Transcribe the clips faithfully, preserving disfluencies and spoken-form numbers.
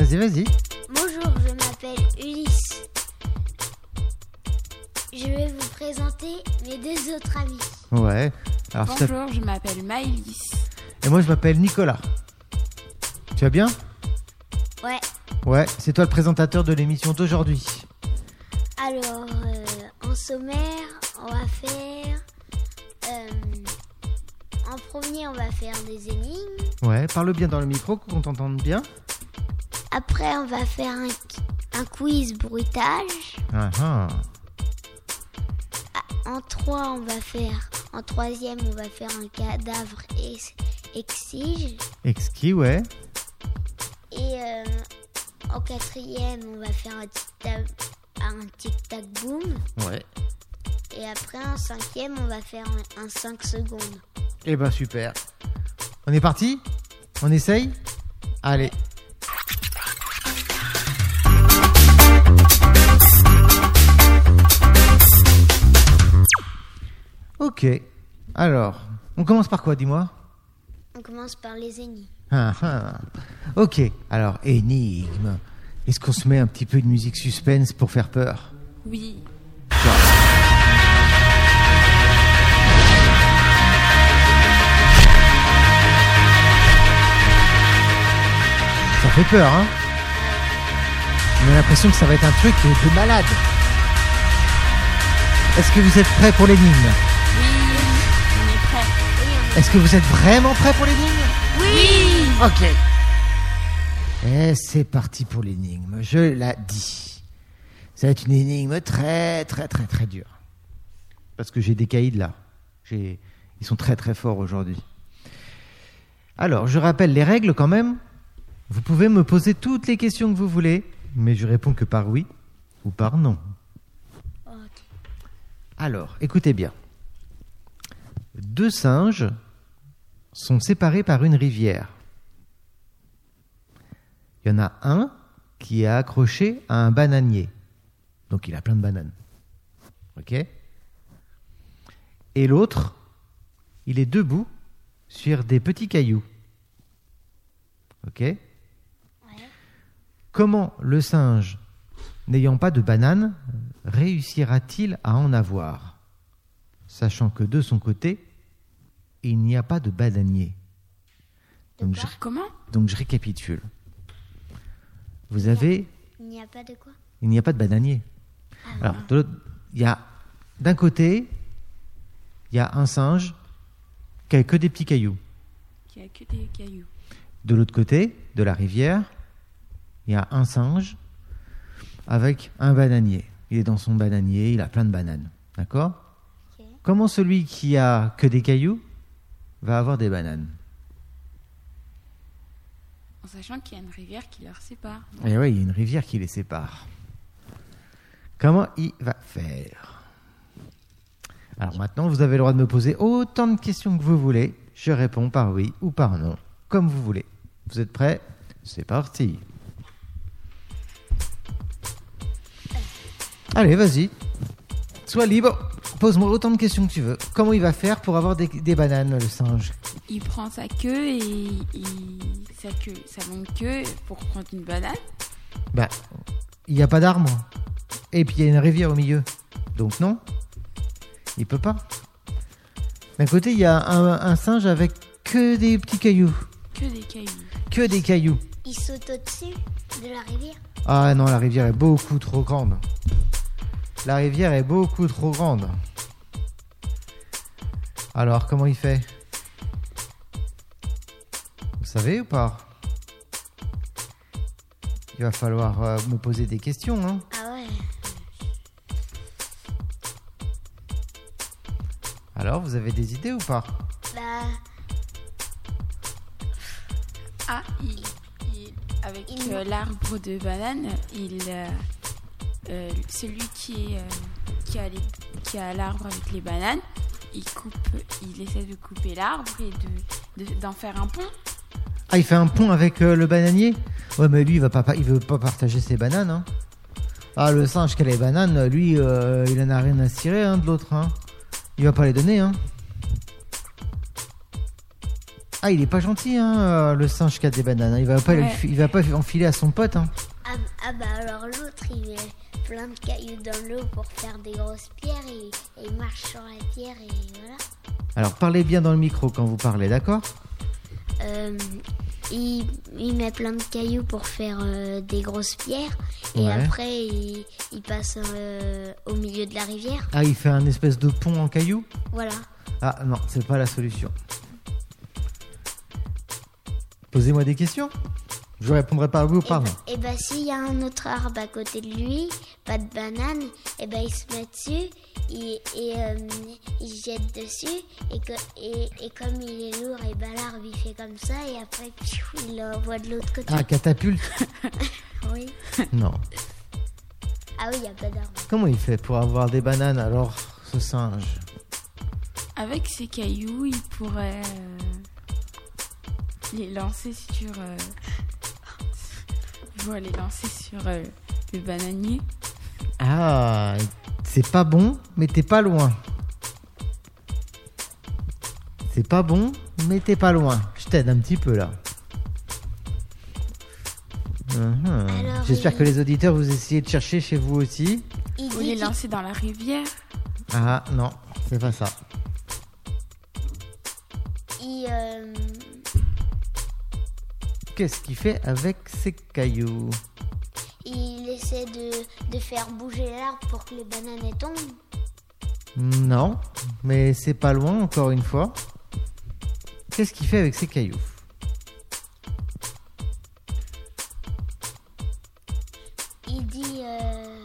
Vas-y, vas-y. Bonjour, je m'appelle Ulysse. Je vais vous présenter mes deux autres amis. Ouais. Alors, Bonjour, ça... je m'appelle Maëlys. Et moi, je m'appelle Nicolas. Tu vas bien? Ouais. Ouais, c'est toi le présentateur de l'émission d'aujourd'hui. Alors, euh, en sommaire, on va faire... Euh, en premier, on va faire des énigmes. Ouais, parle bien dans le micro, qu'on t'entende bien. Après, on va faire un, un quiz bruitage. Ah ah. En trois, on va faire... En troisième, on va faire un cadavre ex- exige. Exquis, ouais. Et euh, en quatrième, on va faire un tic-tac, un tic-tac boom. Ouais. Et après, en cinquième, on va faire un, un cinq secondes. Eh ben, super. On est parti? On essaye? Allez. Ok. Alors, on commence par quoi, dis-moi? On commence par les énigmes. Ah, ah. Ok, alors, énigme. Est-ce qu'on se met un petit peu de musique suspense pour faire peur? Oui. Ça fait peur, hein? On a l'impression que ça va être un truc de malade. Est-ce que vous êtes prêts pour l'énigme? Oui, on est prêts. Est-ce que vous êtes vraiment prêts pour l'énigme? Oui. Ok. Et c'est parti pour l'énigme, je l'ai dit. Ça va être une énigme très très très très dure. Parce que j'ai des caïds là. J'ai... Ils sont très très forts aujourd'hui. Alors, je rappelle les règles quand même. Vous pouvez me poser toutes les questions que vous voulez, mais je réponds que par oui ou par non. Alors, écoutez bien. Deux singes sont séparés par une rivière. Il y en a un qui est accroché à un bananier. Donc il a plein de bananes. Ok ? Et l'autre, il est debout sur des petits cailloux. Ok ? Ouais. Comment le singe, n'ayant pas de banane, réussira-t-il à en avoir, sachant que de son côté, il n'y a pas de bananier. Donc je, Comment ? donc je récapitule. Vous avez... Il n'y a pas de quoi ? Il n'y a pas de bananier. Ah, Alors, de l'autre, il y a, d'un côté, il y a un singe qui a que des petits cailloux. Qui a que des cailloux. De l'autre côté, de la rivière, il y a un singe avec un bananier. Il est dans son bananier, il a plein de bananes. D'accord ? Okay. Comment celui qui a que des cailloux va avoir des bananes ? En sachant qu'il y a une rivière qui leur sépare. Et oui, il y a une rivière qui les sépare. Comment il va faire ? Alors maintenant, vous avez le droit de me poser autant de questions que vous voulez. Je réponds par oui ou par non, comme vous voulez. Vous êtes prêts ? C'est parti. Allez, vas-y. Sois libre. Pose-moi autant de questions que tu veux. Comment il va faire pour avoir des, des bananes, le singe ? Il prend sa queue et il, sa queue, sa longue queue pour prendre une banane. Bah, il n'y a pas d'arbre. Et puis il y a une rivière au milieu. Donc non, il peut pas. D'un côté, il y a un, un singe avec que des petits cailloux. Que des cailloux. Que des cailloux. Il saute au-dessus de la rivière ? Ah non, la rivière est beaucoup trop grande. La rivière est beaucoup trop grande. Alors, comment il fait ? Vous savez ou pas ? Il va falloir euh, me poser des questions, hein ? Ah ouais. Alors, vous avez des idées ou pas ? Bah... Ah, il, il, avec il... Euh, l'arbre de banane, il, euh, euh, celui qui, est, euh, qui, a les, qui a l'arbre avec les bananes, il coupe, il essaie de couper l'arbre et de, de, d'en faire un pont. Ah, il fait un pont avec euh, le bananier ? Ouais, mais lui, il va pas, il veut pas partager ses bananes, hein. Ah, le singe qui a les bananes, lui, euh, il en a rien à cirer, hein, de l'autre, hein. Il va pas les donner, hein. Ah, il est pas gentil, hein, le singe qui a des bananes. Il va pas, Ouais. il va pas enfiler à son pote. Hein. Ah, ah bah alors l'autre, il met plein de cailloux dans l'eau pour faire des grosses pierres et, et il marche sur la pierre et voilà. Alors, parlez bien dans le micro quand vous parlez, d'accord? Euh, il, il met plein de cailloux pour faire euh, des grosses pierres et Ouais. après il, il passe euh, au milieu de la rivière. Ah, il fait un espèce de pont en cailloux? Voilà. Ah non, c'est pas la solution. Posez-moi des questions. Je répondrai par oui ou Et par bah, non. et bah s'il y a un autre arbre à côté de lui, pas de banane, et bah il se met dessus et, et euh, il jette dessus et, que, et, et comme il est lourd, et bah l'arbre il fait comme ça et après pfiou, il l'envoie de l'autre côté. Ah, catapulte? Oui. Non. Ah oui, il n'y a pas d'arbre. Comment il fait pour avoir des bananes alors, ce singe? Avec ces cailloux, il pourrait euh, les lancer sur. Euh, il pourrait les lancer sur euh, le bananier. Ah, c'est pas bon, mais t'es pas loin. C'est pas bon, mais t'es pas loin. Je t'aide un petit peu là. Mhm. Alors, J'espère il- que les auditeurs, vous essayez de chercher chez vous aussi. Il Ou dit les qu'il- lancer dans la rivière. Ah non, c'est pas ça. il, euh, Qu'est-ce qu'il fait avec ces cailloux? il essaie de, de faire bouger l'arbre pour que les bananes elles tombent. Non, mais c'est pas loin encore une fois. Qu'est-ce qu'il fait avec ces cailloux? Il dit... euh,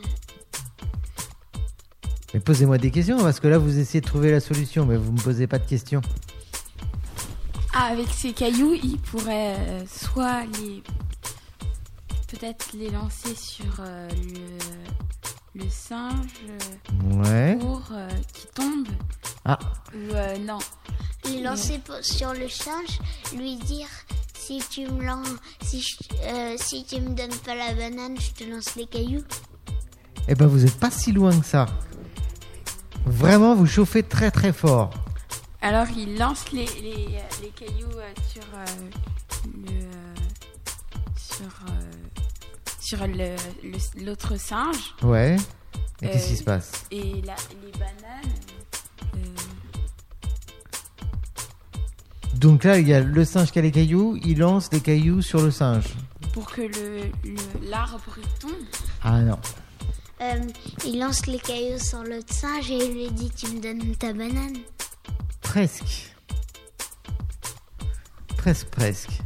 Mais posez-moi des questions parce que là vous essayez de trouver la solution, mais vous me posez pas de questions. Ah, avec ces cailloux, il pourrait euh, soit les. Peut-être les lancer sur euh, le, le singe euh, Ouais. pour euh, qu'il tombe. Ah, Ou euh, non. il lançait po- sur le singe, lui dire si tu me lan- si, je- euh, si tu me donnes pas la banane, je te lance les cailloux. eh ben vous êtes pas si loin que ça. Vraiment, vous chauffez très très fort. Alors il lance les, les, les cailloux euh, sur euh, le euh, sur euh, sur le, le- l'autre singe Ouais. Et Euh, qu'est-ce qui se passe? et la, les bananes. euh, Donc là, il y a le singe qui a les cailloux, il lance les cailloux sur le singe. pour que le, le- l'arbre il tombe. Ah non. Euh, il lance les cailloux sur l'autre singe et il lui dit tu me donnes ta banane. Presque. Presque, presque.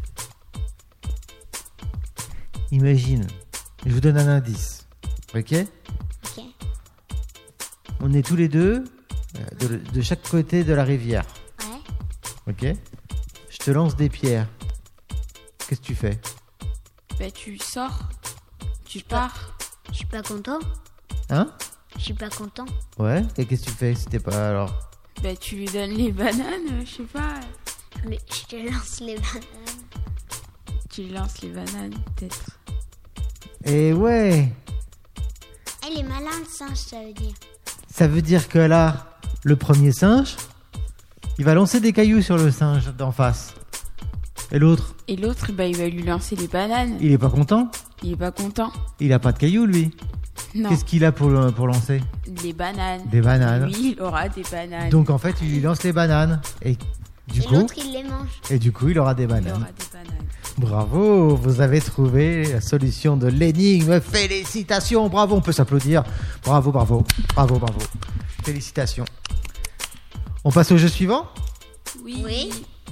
Imagine, je vous donne un indice. Ok? Ok. On est tous les deux euh, de, de chaque côté de la rivière. Ouais. Ok? Je te lance des pierres. Qu'est-ce que tu fais? Bah, tu sors, tu pars. Je suis pas content. Hein? Je suis pas content. Ouais? Et qu'est-ce que tu fais si t'es pas alors? Bah, tu lui donnes les bananes, euh, je sais pas. Je, lui- je te lance les bananes. Tu lui lances les bananes, peut-être. Et ouais! Elle est malin le singe, ça veut dire. Ça veut dire que là, le premier singe, il va lancer des cailloux sur le singe d'en face. Et l'autre, Et l'autre, bah, il va lui lancer les bananes. il est pas content? Il est pas content. Il a pas de cailloux lui. Non, Qu'est-ce qu'il a pour, le- pour lancer? des bananes. Des bananes. Lui, il aura des bananes. Donc en fait, il lui lance les bananes. Et du Et coup, l'autre, il les mange. et du coup, il aura des il bananes. aura des bananes. Bravo, vous avez trouvé la solution de l'énigme. Félicitations, bravo, on peut s'applaudir. Bravo, bravo, bravo, bravo. Félicitations. On passe au jeu suivant? Oui. Oui.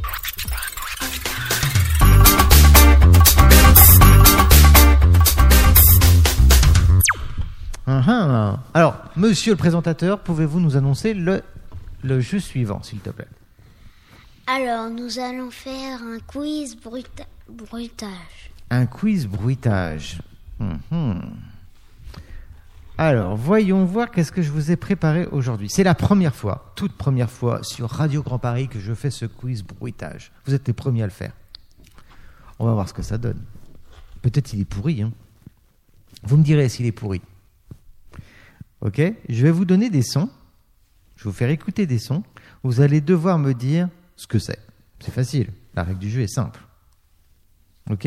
Uh-huh. Alors, monsieur le présentateur, pouvez-vous nous annoncer le, le jeu suivant, s'il te plaît? Alors, nous allons faire un quiz bruita- bruitage. Un quiz bruitage. Mhm. Alors, voyons voir qu'est-ce que je vous ai préparé aujourd'hui. C'est la première fois, toute première fois sur Radio Grand Paris que je fais ce quiz bruitage. Vous êtes les premiers à le faire. On va voir ce que ça donne. Peut-être il est pourri. Hein. Vous me direz s'il est pourri. Ok? Je vais vous donner des sons. Je vais vous faire écouter des sons. Vous allez devoir me dire ce que c'est. C'est facile. La règle du jeu est simple. Ok ?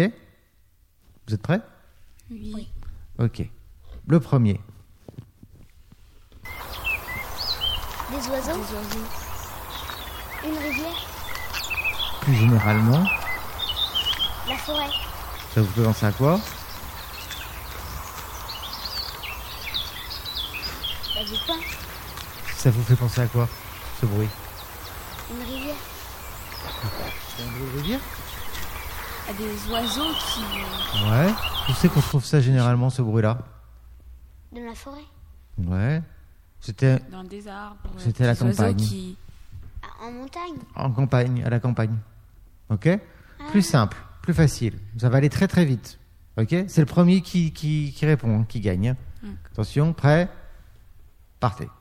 Vous êtes prêts ? Oui. Oui. Ok. Le premier. Des oiseaux, Des oiseaux. une rivière, Plus généralement, la forêt, ça vous fait penser à quoi ? bah, du pain, Ça vous fait penser à quoi, ce bruit ? une rivière, C'est un bruit de rivière ? À des oiseaux qui. Ouais. Où c'est qu'on trouve ça généralement, ce bruit-là ? dans la forêt, Ouais. C'était Dans des arbres. C'était à la des oiseaux campagne. Qui... ah, en montagne, en campagne, à la campagne. Ok ? Plus simple, plus facile. Ça va aller très très vite. Ok ? C'est le premier qui, qui, qui répond, hein, qui gagne. Mm. Attention, prêt ? Partez.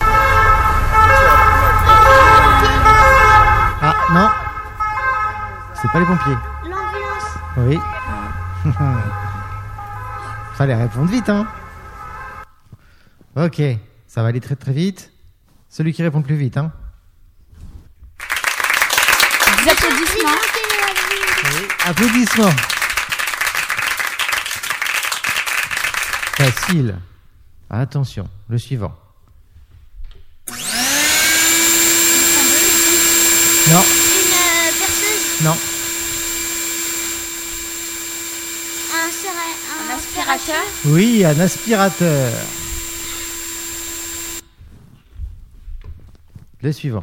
Ah, non. C'est pas les pompiers. l'ambulance, Oui. Fallait répondre vite, hein. Ok, ça va aller très très vite. Celui qui répond le plus vite, hein. Des applaudissements. Oui. Applaudissements. Facile. Attention, le suivant. Non, une euh, perceuse, non, un, serra- Un un aspirateur. oui, un aspirateur. Le suivant.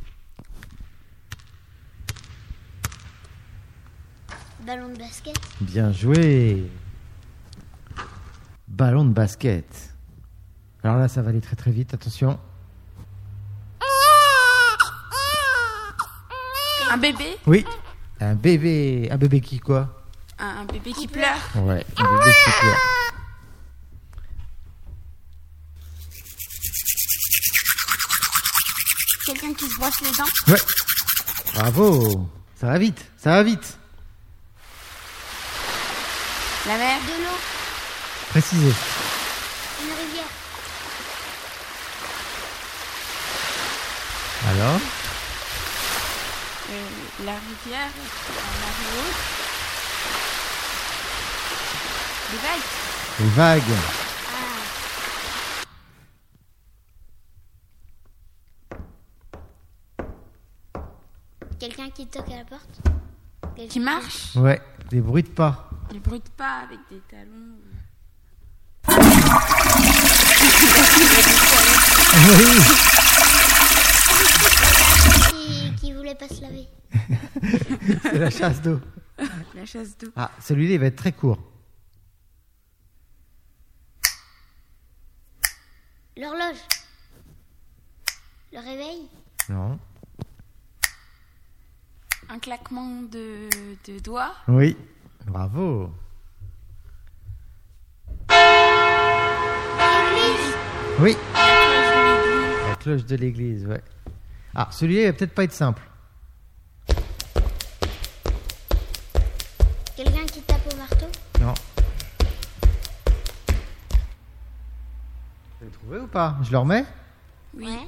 ballon de basket, Bien joué. Ballon de basket. Alors là, ça va aller très très vite, attention. Un bébé. Oui, un bébé. Un bébé qui quoi ? Un, un bébé qui pleure. Ouais, un bébé qui pleure. Quelqu'un qui se brosse les dents. Ouais. Bravo. Ça va vite, ça va vite. La mer. de l'eau, Précisez. une rivière, Alors ? Euh, la rivière. La marée haute. Des vagues. Les vagues. quelqu'un qui toque à la porte, quelqu'un Qui marche. Ouais, des bruits de pas. Il brute pas avec des talons. Oui. qui, qui voulait pas se laver, C'est la chasse d'eau. La chasse d'eau. Ah, celui-là, il va être très court. l'horloge, le réveil, Non. Un claquement de, de doigts. Oui. Bravo. l'église, Oui. La cloche de l'église, ouais. Ah, celui-là, il va peut-être pas être simple. quelqu'un qui tape au marteau, Non. Vous l'avez trouvé ou pas ? Je le remets ? Oui. ouais.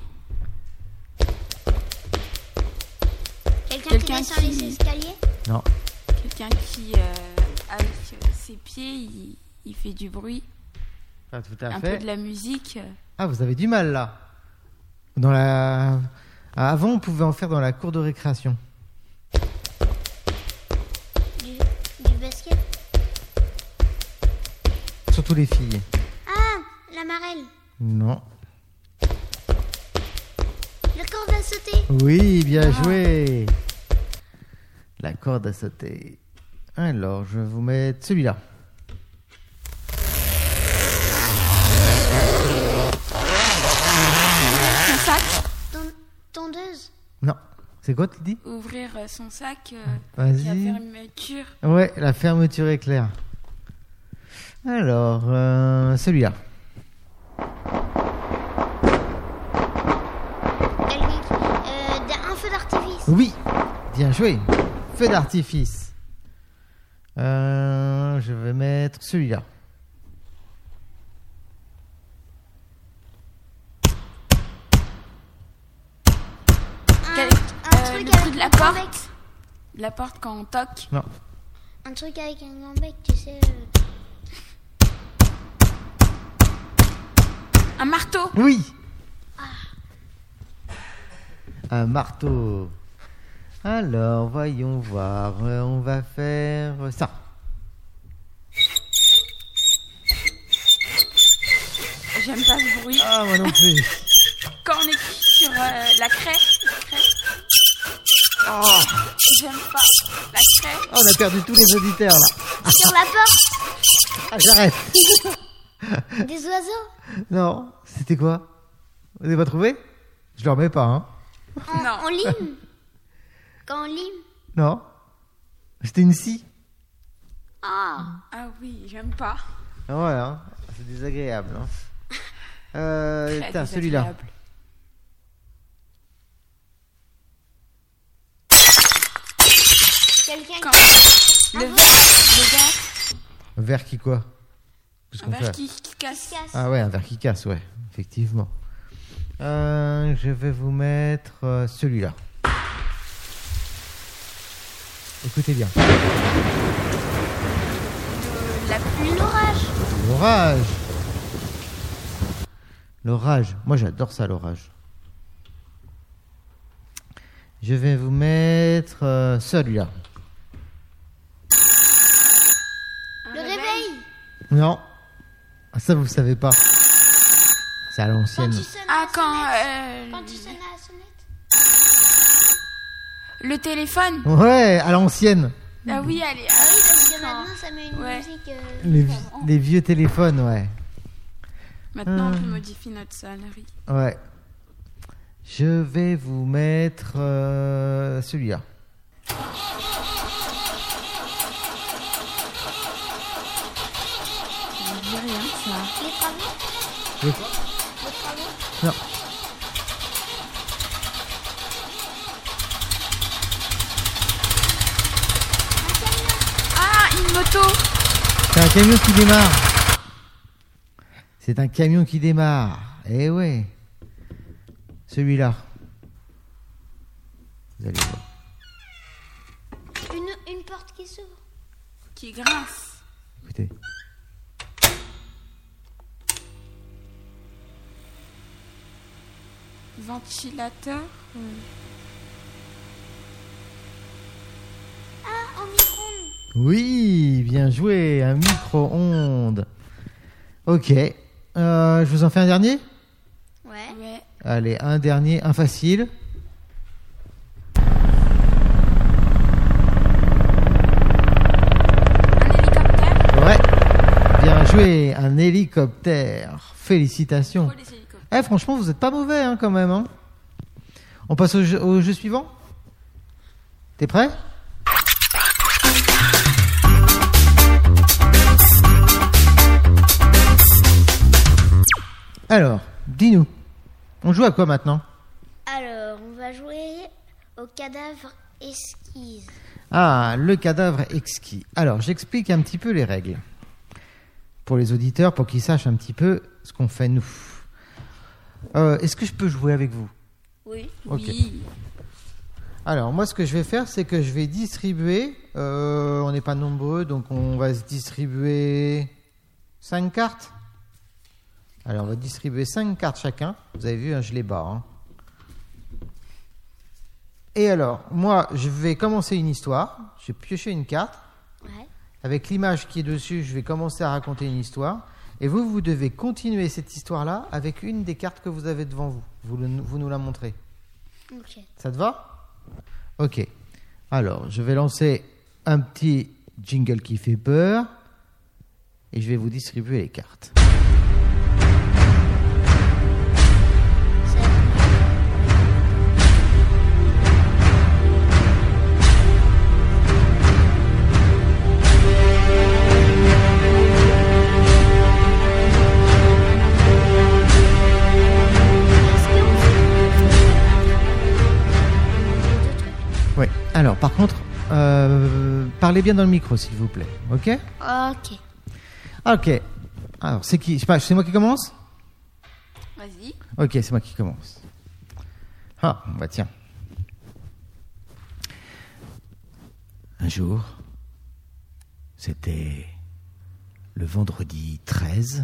Quelqu'un qui Quelqu'un descend qui- les escaliers, Non. Quelqu'un qui, euh, avec euh, ses pieds, il, il fait du bruit. Pas tout à Un fait. peu de la musique. Ah, vous avez du mal là. Dans la... Ah, avant, on pouvait en faire dans la cour de récréation. du, du basket, Surtout les filles. ah, la marelle, Non. le corde à sauter, Oui, bien Ah. joué. La corde à sauter. Alors, je vais vous mettre celui-là. Son sac. ton- tondeuse, Non. C'est quoi, tu dis ? Ouvrir euh, son sac. Euh, Vas-y. La fermeture. Ouais, la fermeture éclair. Alors, euh, celui-là. quelqu'un qui- euh, d- un feu d'artifice, Oui, bien joué. Feu d'artifice. Euh, je vais mettre celui-là. un, Quel- un euh, truc le avec bruit de la une porte. convexe, La La porte quand on toque. Non. Un truc avec un grand bec, tu sais. euh, Un marteau. Oui. Un marteau. Alors, voyons voir. Euh, On va faire ça. J'aime pas ce bruit. Ah, moi non plus. Quand on écrit sur euh, la craie. La craie. Oh, J'aime pas la craie. on a perdu tous les auditeurs là. Sur la porte, Ah, j'arrête. des oiseaux. Non, c'était quoi? Vous n'avez pas trouvé? Je le remets pas, hein? On, Non. on lime. Quand on lime. Non? C'était une scie. Ah. Ah oui, j'aime pas. Ah ouais, hein? C'est désagréable. Hein? Euh, Très tiens, celui-là. désagréable. Quelqu'un Quand qui le verre, le verre, Verre qui quoi? Qu'est-ce un qu'on verre fait? qui, qui casse. casse. Ah ouais, un verre qui casse, ouais, effectivement. Euh, je vais vous mettre euh, celui-là. Écoutez bien. De la pluie. L'orage. L'orage. L'orage. Moi, j'adore ça, l'orage. Je vais vous mettre euh, celui-là. Un Le réveil. Non. Ah, ça, vous savez pas. C'est à Quand l'ancienne. tu sonnes Ah, à la quand, sonnette. euh, Quand tu sonnes à la sonnette. le téléphone. Ouais, à l'ancienne. Ah oui, allez. Ah oui, parce que maintenant, ça met une Ouais. musique. euh, Les, vi- les vieux téléphones, ouais. Maintenant, on Ah. peut modifier notre sonnerie. Ouais. Je vais vous mettre euh, celui-là. Je dis rien, ça. Les travaux. Le- Les travaux. Non. Ah, une moto. C'est un camion qui démarre. C'est un camion qui démarre. Eh ouais. Celui-là. Vous allez voir. Une, une porte qui s'ouvre. Qui grince. Écoutez. Ventilateur. euh, Ah, en micro-ondes. Oui, bien joué. Un micro-ondes. Ok. Euh, je vous en fais un dernier? Ouais. Ouais. Allez, un dernier, un facile. Un hélicoptère. Ouais. Bien joué. Un hélicoptère. Félicitations. Oh, les hélicoptères. Eh, franchement, vous êtes pas mauvais hein, quand même. Hein. On passe au jeu, au jeu suivant. T'es prêt? Alors, dis-nous. On joue à quoi maintenant? Alors, on va jouer au cadavre esquisse. Ah, le cadavre exquis. Alors, j'explique un petit peu les règles. Pour les auditeurs, pour qu'ils sachent un petit peu ce qu'on fait nous. Euh, est-ce que je peux jouer avec vous? Oui. Ok. Oui. Alors, moi, ce que je vais faire, c'est que je vais distribuer. Euh, on n'est pas nombreux, donc on va se distribuer cinq cartes. Alors, on va distribuer cinq cartes chacun. Vous avez vu, hein, je les bats. Hein. Et alors, moi, je vais commencer une histoire. Je vais piocher une carte. Ouais. Avec l'image qui est dessus, je vais commencer à raconter une histoire. Et vous, vous devez continuer cette histoire-là avec une des cartes que vous avez devant vous. Vous, le- vous nous la montrez. Ok. Ça te va? Ok. Alors, je vais lancer un petit jingle qui fait peur. Et je vais vous distribuer les cartes. Oui. Alors, par contre, euh, parlez bien dans le micro, s'il vous plaît. Ok? Ok. Ok. Alors, c'est qui? Je sais pas, c'est moi qui commence? Vas-y. Ok, c'est moi qui commence. Ah, bah tiens. Un jour, c'était le vendredi treize,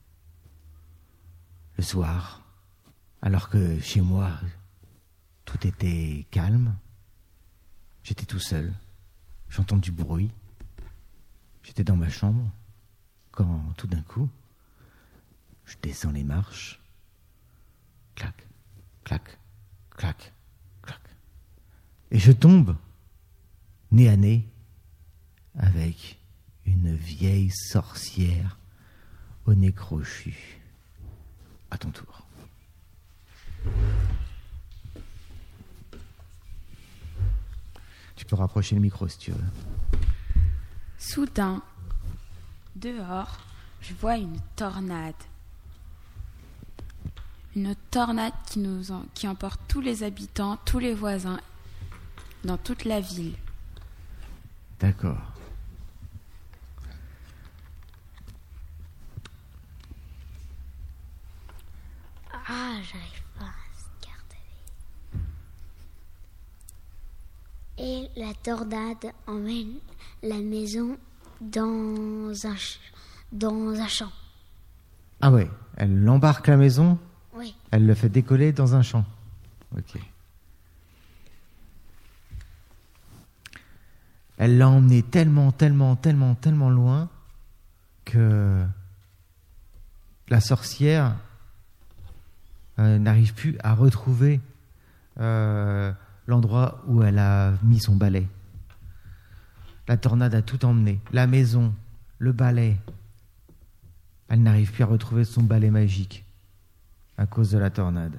le soir, alors que chez moi, tout était calme. J'étais tout seul, j'entends du bruit. J'étais dans ma chambre, quand tout d'un coup, je descends les marches. Clac, clac, clac, clac. Et je tombe, nez à nez, avec une vieille sorcière au nez crochu. À ton tour. Tu peux rapprocher le micro si tu veux. Soudain, dehors, je vois une tornade. Une tornade qui, nous en, qui emporte tous les habitants, tous les voisins, dans toute la ville. D'accord. Ah, j'arrive pas à se garder. Et la tornade emmène la maison dans un, ch- dans un champ. Ah ouais, elle embarque la maison, Oui. elle le fait décoller dans un champ. Ok. Elle l'a emmené tellement, tellement, tellement, tellement loin que la sorcière euh, n'arrive plus à retrouver euh, l'endroit où elle a mis son balai. La tornade a tout emmené, la maison, le balai. Elle n'arrive plus à retrouver son balai magique à cause de la tornade.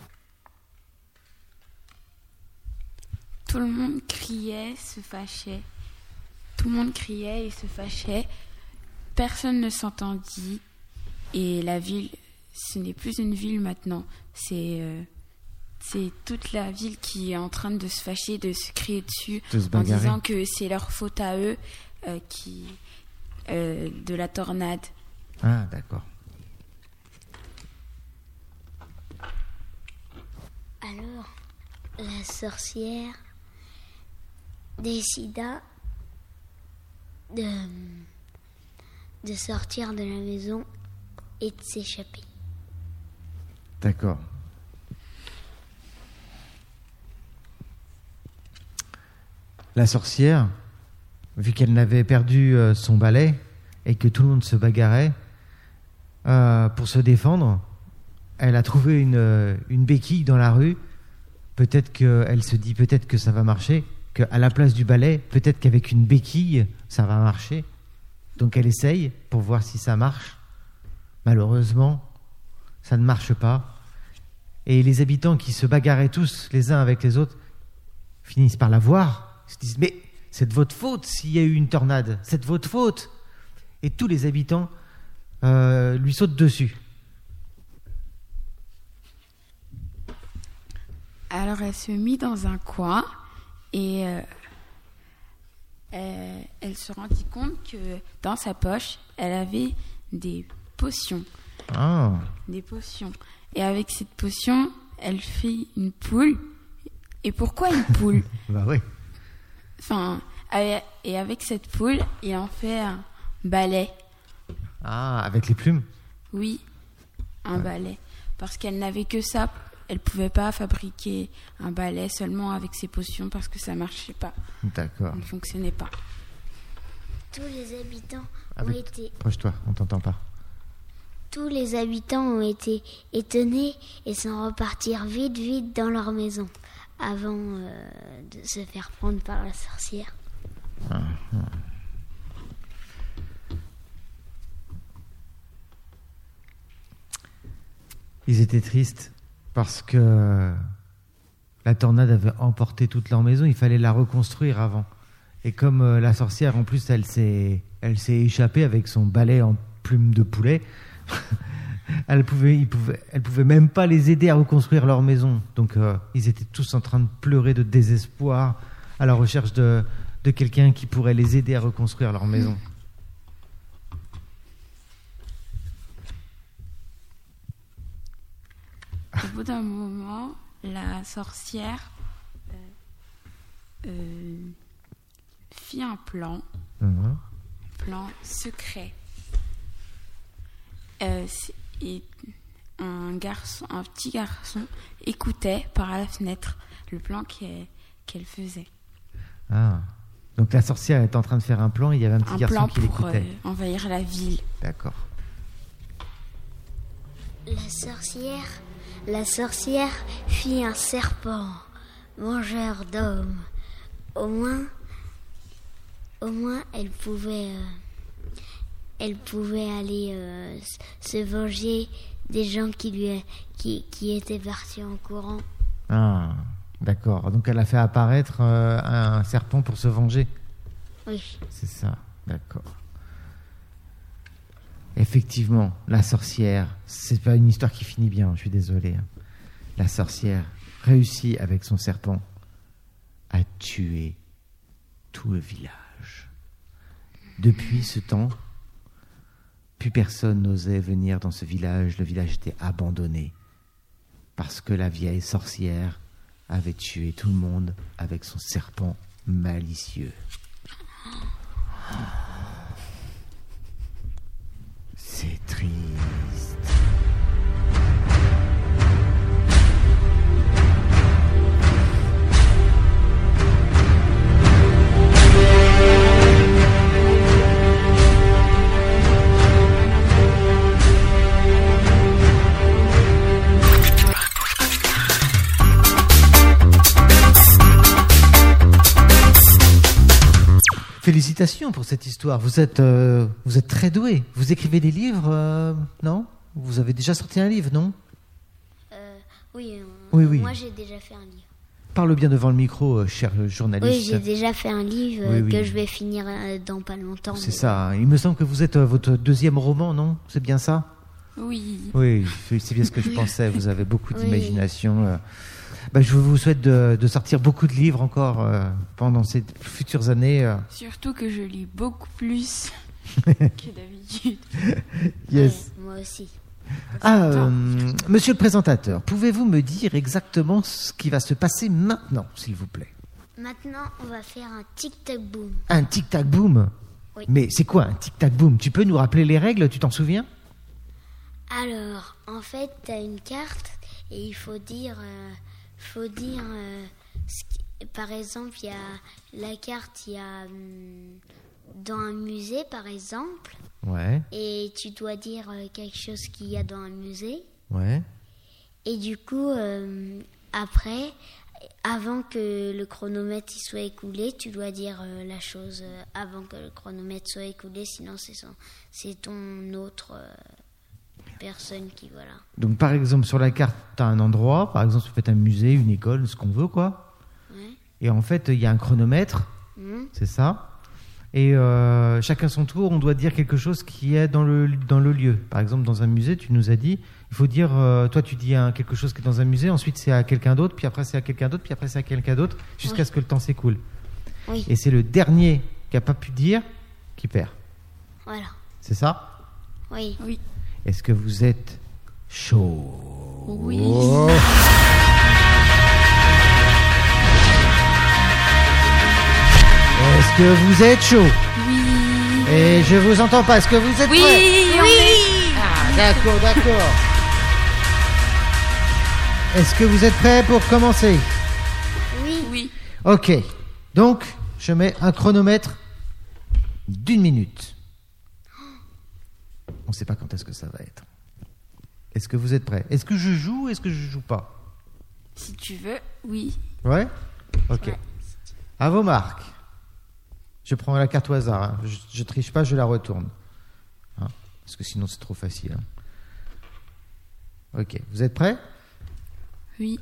Tout le monde criait, se fâchait. Tout le monde criait et se fâchait. Personne ne s'entendit. Et la ville, ce n'est plus une ville maintenant. C'est, euh, c'est toute la ville qui est en train de se fâcher, de se crier dessus, De se en bagarrer. disant que c'est leur faute à eux euh, qui, euh, de la tornade. Ah, d'accord. Alors, la sorcière décida de, de sortir de la maison et de s'échapper. D'accord. La sorcière, vu qu'elle n'avait perdu euh, son balai et que tout le monde se bagarrait, euh, pour se défendre, elle a trouvé une, euh, une béquille dans la rue. Peut-être qu'elle se dit peut-être que ça va marcher, qu'à la place du balai, peut-être qu'avec une béquille, ça va marcher. Donc elle essaye pour voir si ça marche. Malheureusement, ça ne marche pas. Et les habitants qui se bagarraient tous les uns avec les autres finissent par la voir. Ils se disent, mais c'est de votre faute s'il y a eu une tornade. C'est de votre faute. Et tous les habitants euh, lui sautent dessus. Alors elle se mit dans un coin et euh, elle, elle se rendit compte que dans sa poche, elle avait des potions. Ah, Des potions. Et avec cette potion, elle fait une poule. Et pourquoi une poule? bah oui. Enfin, et avec cette poule, il en fait un balai. Ah, avec les plumes. Oui, un balai. Parce qu'elle n'avait que ça. Elle pouvait pas fabriquer un balai seulement avec ses potions parce que ça marchait pas. D'accord. Ça ne fonctionnait pas. Tous les habitants ont Avec... été Proche-toi, on t'entend pas. tous les habitants ont été étonnés et sont repartir vite vite dans leur maison avant euh, de se faire prendre par la sorcière. Ah, ah. Ils étaient tristes parce que la tornade avait emporté toute leur maison. Il fallait la reconstruire avant. Et comme euh, la sorcière, en plus, elle s'est, elle s'est échappée avec son balai en plume de poulet, elle pouvait, ils pouvaient, elle pouvait même pas les aider à reconstruire leur maison. Donc, euh, ils étaient tous en train de pleurer de désespoir à la recherche de, de quelqu'un qui pourrait les aider à reconstruire leur maison. Au bout d'un moment, la sorcière euh, euh, fit un plan, Mmh. un plan secret. Euh, c'est- et un garçon, un petit garçon écoutait par la fenêtre le plan qu'elle, qu'elle faisait. Ah. Donc la sorcière est en train de faire un plan et il y avait un petit Un garçon plan qui pour l'écoutait. euh, envahir la ville. D'accord. La sorcière, la sorcière fit un serpent, mangeur d'hommes. Au moins, au moins, elle pouvait, euh, elle pouvait aller euh, s- se venger des gens qui lui, qui, qui étaient partis en courant. Ah, d'accord. Donc elle a fait apparaître euh, un serpent pour se venger. Oui, C'est ça, d'accord. Effectivement, la sorcière, c'est pas une histoire qui finit bien, je suis désolé. hein. La sorcière réussit avec son serpent à tuer tout le village. Depuis ce temps, plus personne n'osait venir dans ce village. Le village était abandonné parce que la vieille sorcière avait tué tout le monde avec son serpent malicieux. C'est triste. Félicitations pour cette histoire. Vous êtes, euh, vous êtes très doué. Vous écrivez des livres, euh, non? Vous avez déjà sorti un livre, non? euh, oui, euh, Oui, oui. moi j'ai déjà fait un livre. Parle bien devant le micro, euh, cher Oui, journaliste. j'ai déjà fait un livre Oui, euh, oui. que je vais finir euh, dans pas longtemps. C'est mais- ça. Il me semble que vous êtes euh, votre deuxième roman, non? C'est bien ça? Oui. Oui, c'est bien ce que je pensais. Vous avez beaucoup Oui. d'imagination. euh. Bah, je vous souhaite de, de sortir beaucoup de livres encore euh, pendant ces futures années. euh. Surtout que je lis beaucoup plus que d'habitude. Yes. Ouais, moi aussi. Ah, euh, monsieur le présentateur, pouvez-vous me dire exactement ce qui va se passer maintenant, s'il vous plaît? Maintenant, on va faire un tic-tac-boom. Un tic-tac-boom? Oui. Mais c'est quoi un tic-tac-boom? Tu peux nous rappeler les règles, tu t'en souviens? Alors, en fait, tu as une carte et il faut dire, euh, faut dire euh, ce qui- par exemple, il y a la carte, il y a hum, dans un musée, par exemple, Ouais, et tu dois dire euh, quelque chose qu'il y a dans un musée. ouais. Et du coup, euh, après, avant que le chronomètre il soit écoulé, tu dois dire euh, la chose euh, avant que le chronomètre soit écoulé, sinon c'est son, c'est ton autre euh, personne qui voilà. Donc par exemple, sur la carte, tu as un endroit, par exemple, ça peut être un musée, une école, ce qu'on veut, quoi. Ouais. Et en fait, il y a un chronomètre, Mhm. c'est ça. Et euh, chacun son tour, on doit dire quelque chose qui est dans le, dans le lieu. Par exemple, dans un musée, tu nous as dit, il faut dire, euh, toi tu dis un- quelque chose qui est dans un musée, ensuite c'est à quelqu'un d'autre, puis après c'est à quelqu'un d'autre, puis après c'est à quelqu'un d'autre, jusqu'à Oui. ce que le temps s'écoule. Oui, Et c'est le dernier qui n'a pas pu dire qui perd. voilà. C'est ça? Oui. Oui. Est-ce que vous êtes chaud? Oui. Oh. Est-ce que vous êtes chaud? Oui. Et je vous entends pas. Est-ce que vous êtes Oui. prêts? on est- Ah, d'accord, d'accord. Est-ce que vous êtes prêts pour commencer? Oui. Oui. Ok. Donc, je mets un chronomètre d'une minute. On ne sait pas quand est-ce que ça va être. Est-ce que vous êtes prêts? Est-ce que je joue ou est-ce que je joue pas? Si tu veux, oui. Ouais? Ok. Ouais. À vos marques. Je prends la carte au hasard. hein. Je, je triche pas, je la retourne. Hein, parce que sinon c'est trop facile. hein. Ok. Vous êtes prêts? Oui.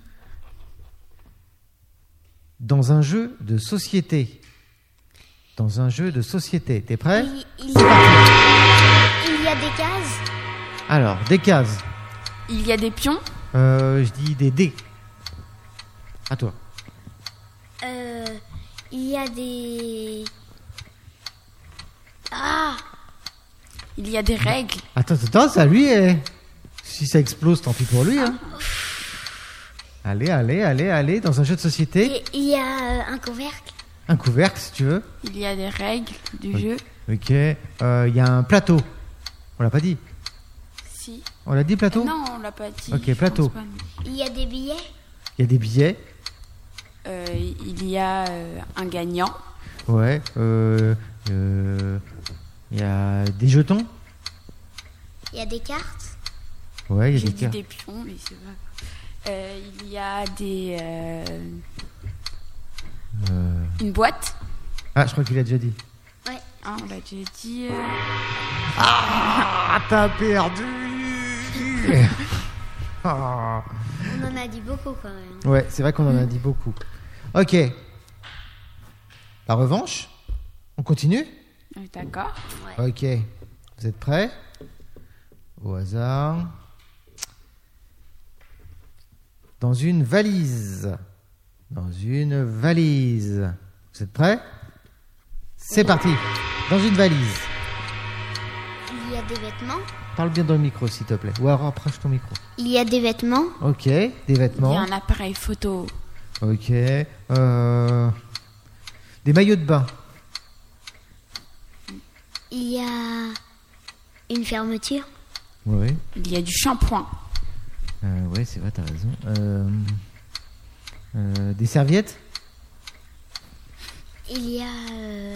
Dans un jeu de société. Dans un jeu de société. T'es prêt? Il, il y a, il y a des cases. Alors, des cases. Il y a des pions. Euh, je dis des dés. À toi. Euh, il y a des. Ah, Il y a des règles. Attends, attends, ça lui est. Si ça explose, tant pis pour lui. Hein. Allez, allez, allez, allez, dans un jeu de société. et il y a euh, un couvercle. Un couvercle, si tu veux. Il y a des règles du Oui. jeu. Ok. Euh, Il y a un plateau. On l'a pas dit. Si. On l'a dit, plateau? Non, on l'a pas dit. Ok, je plateau. pense pas, mais- Il y a des billets. Il y a des billets. Euh, il y a euh, un gagnant. Ouais. Euh, euh, Il y a des jetons. Il y a des cartes. Ouais, il y a J'ai des dit cartes. des pions, mais c'est pas grave. Euh, il y a des euh, Euh, une boîte. Ah, je crois qu'il a déjà dit. Ouais. Hein, on l'a déjà dit. euh, Ah, t'as perdu. Ah. On en a dit beaucoup quand même. Ouais, c'est vrai qu'on en a dit beaucoup. Ok. La revanche. On continue? euh, D'accord. Ok. Vous êtes prêts? Au hasard. Dans une valise. Dans une valise. Vous êtes prêts? C'est parti. Dans une valise. Il y a des vêtements. Parle bien dans le micro, s'il te plaît. Ou alors approche ton micro. Il y a des vêtements. Ok. Des Il y a vêtements. un appareil photo. Ok. Euh, Des maillots de bain. Il y a une fermeture. Oui. Il y a du shampoing. Euh, ouais, c'est vrai, t'as raison. Euh, euh, des serviettes. Il y a euh,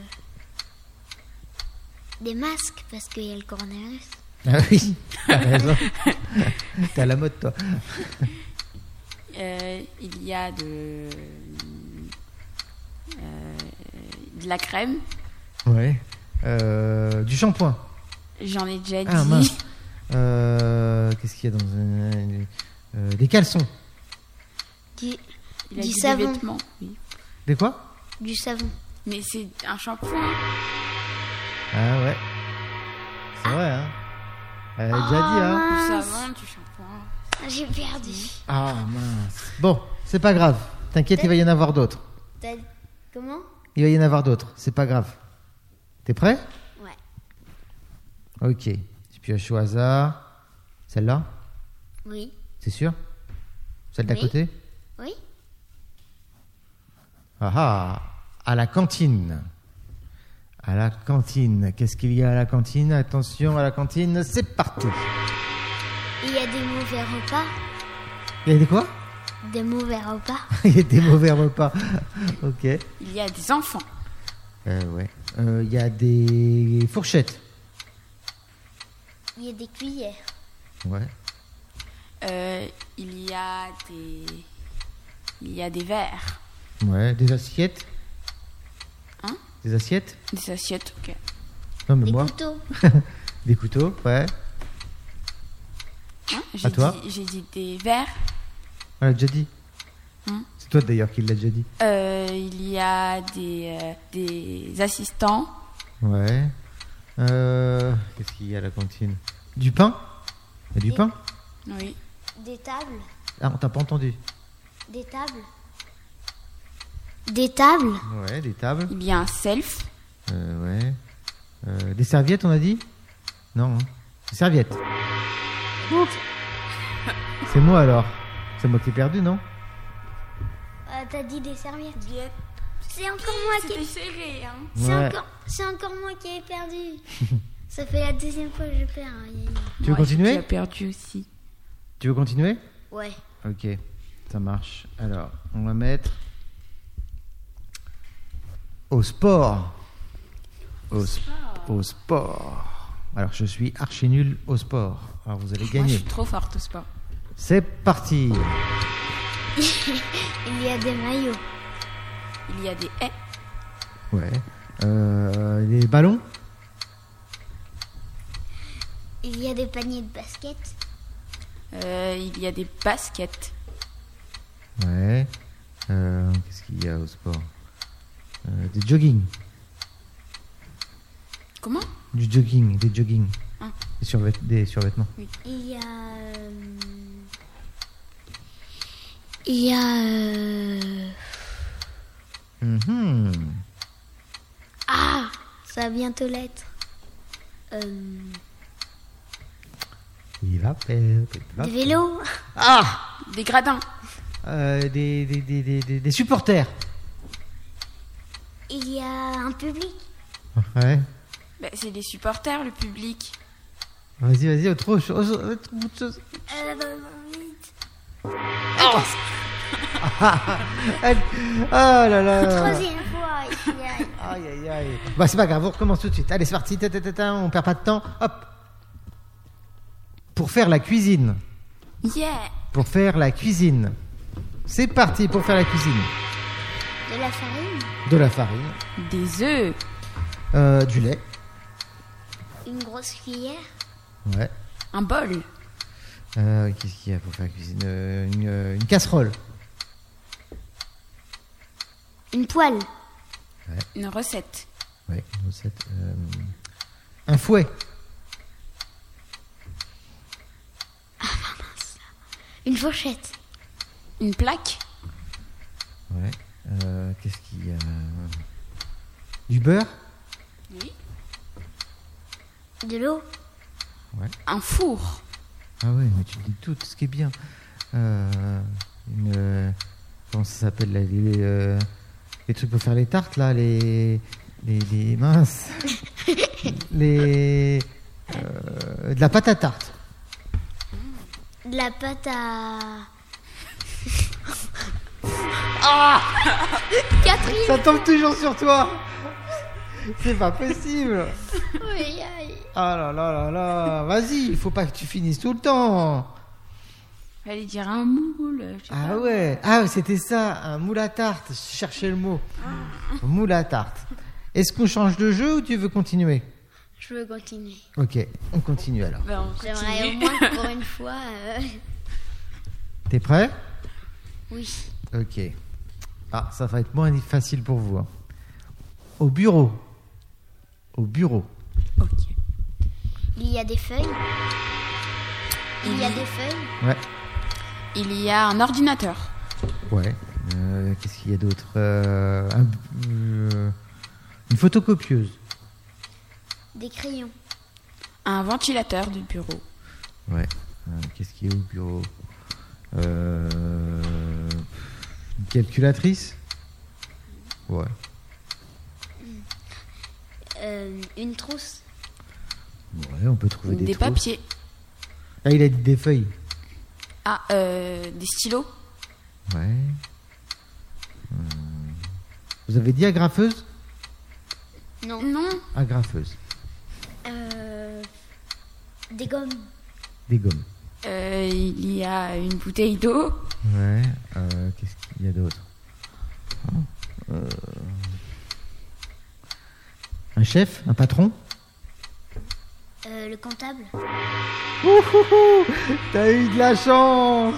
des masques parce qu'il y a le coronavirus. Ah oui, t'as raison. T'es à la mode, toi. Euh, il y a de euh, de la crème. Ouais. Euh, du shampoing. J'en ai déjà Ah, dit. mince. Euh, Qu'est-ce qu'il y a dans un... euh, des caleçons. Du, Il a Du dit savon. des vêtements. Oui. Des quoi? du savon. Mais c'est un shampoing. Ah ouais. C'est vrai, hein. Elle a déjà dit, hein. Du mince. savon, du shampoing. Ah, j'ai perdu. Ah mince. Bon, c'est pas grave. T'inquiète, il va y en avoir d'autres. T'as- Comment? Il va y en avoir d'autres. C'est pas grave. T'es prêt? Ouais. Ok. Tu pioches au hasard. Celle-là? Oui. C'est sûr? Celle d'à Oui. côté? Oui. Ah ah. À la cantine. À la cantine. Qu'est-ce qu'il y a à la cantine? Attention, à la cantine, c'est parti. Il y a des mauvais repas. Il y a des quoi? Des mauvais repas. Il y a des mauvais repas. Ok. Il y a des enfants. Euh, ouais. Euh, Il y a des fourchettes. Il y a des cuillères. Ouais. Euh, il y a des il y a des verres. Ouais. Des assiettes. Hein? Des assiettes? Des assiettes. Ok. Non, mais Des moi. couteaux. Des couteaux, ouais. Hein? J'ai À toi? dit, j'ai dit des verres. On l'a déjà dit. Hein? C'est toi d'ailleurs qui l'a déjà dit. Euh, il y a des euh, des assistants. Ouais. Euh, Qu'est-ce qu'il y a à la cantine? Du pain? Il y a du Et- pain? Oui. Des tables. Ah, on t'a pas entendu. Des tables. Des tables. Ouais, des tables. Il y a un self. Euh, ouais. Euh, des serviettes, on a dit? Non. Hein. Des serviettes. C'est moi alors. C'est moi qui ai perdu, non? Euh, T'as dit des serviettes. C'est encore moi qui C'était ai... serré, hein. C'est Ouais. encore... c'est encore moi qui ai perdu. Ça fait la deuxième fois que je perds. Aïe, aïe. Tu veux Moi, continuer? J'ai déjà perdu aussi. Tu veux continuer? Ouais. Ok, ça marche. Alors, on va mettre au sport. Au, s- au sport. Alors, je suis archi nul au sport. Alors, vous allez Moi, je gagner. suis trop forte au sport. C'est parti. Il y a des maillots. Il y a des haies. Ouais. Euh, les ballons. Il y a des paniers de basket. Euh, il y a des baskets. Ouais. Euh, Qu'est-ce qu'il y a au sport? Euh, Des jogging. Comment? Du jogging, des jogging. Ah. Des, survêt- des survêtements. Il y a... euh, Il y a... euh, Mhm. Ah, ça va bientôt l'être. Euh, Il va perdre. il va des vélos. Ah Des gradins. Euh, des, des, des, des, des- des supporters. un public. Ouais. Bah, c'est les supporters, le public. Vas-y, vas-y, autre chose. Autre chose. Euh, bah, bah, vite. Oh là là. Troisième fois. Aïe, aïe. Aïe, aïe, aïe. Bah, c'est pas grave, on recommence tout de suite. Allez, c'est parti. Ta, ta, ta, ta, on perd pas de temps. Hop. Pour faire la cuisine. Yeah. Pour faire la cuisine. C'est parti pour faire la cuisine. De la farine. De la farine. Des œufs. Euh, du lait. Une grosse cuillère. Ouais. Un bol. Euh, qu'est-ce qu'il y a pour faire la cuisine euh, une, euh, une casserole. Une poêle. Une recette. Ouais, une recette. Euh, un fouet. Une fourchette. Une plaque. Ouais. Euh, qu'est-ce qu'il y a du beurre. Oui. De l'eau. Ouais. Un four. Ah ouais, mais tu dis tout ce qui est bien. Euh, une, euh, comment ça s'appelle là, les, euh, les trucs pour faire les tartes là, les les, les minces, les euh, de la pâte à tarte. De la pâte à... Ah. Catherine. Ça tombe toujours sur toi. C'est pas possible. Oui, aïe. Ah là là là là. Vas-y, il faut pas que tu finisses tout le temps. Fallait dire un moule. je sais Ah pas. ouais. Ah, c'était ça, un moule à tarte. Je cherchais le mot. Moule à tarte. Est-ce qu'on change de jeu ou tu veux continuer? Je veux continuer. Ok, on continue alors. Ben, on J'aimerais au continue. moins que pour une fois... euh, T'es prêt? Oui. Ok. Ah, ça va être moins facile pour vous. hein. Au bureau. Au bureau. Ok. Il y a des feuilles. Il y a des feuilles. Ouais. Il y a un ordinateur. Ouais. Euh, Qu'est-ce qu'il y a d'autre Euh, un- euh, Une photocopieuse. Des crayons. Un ventilateur du bureau. Ouais. Euh, Qu'est-ce qu'il y a au bureau Euh, Une calculatrice. Ouais. Euh, une trousse. Ouais, on peut trouver des, Des trousses. papiers. Ah, il a dit des feuilles. Ah, euh, des stylos. Ouais. Euh, Vous avez dit agrafeuse? Non. Non. Agrafeuse. Euh, des gommes. Des gommes. Euh, il y a une bouteille d'eau. Ouais. Euh, Qu'est-ce qu'il y a d'autre Euh, Un chef? Un patron? Euh, le comptable. Ouhouhou, t'as eu de la chance.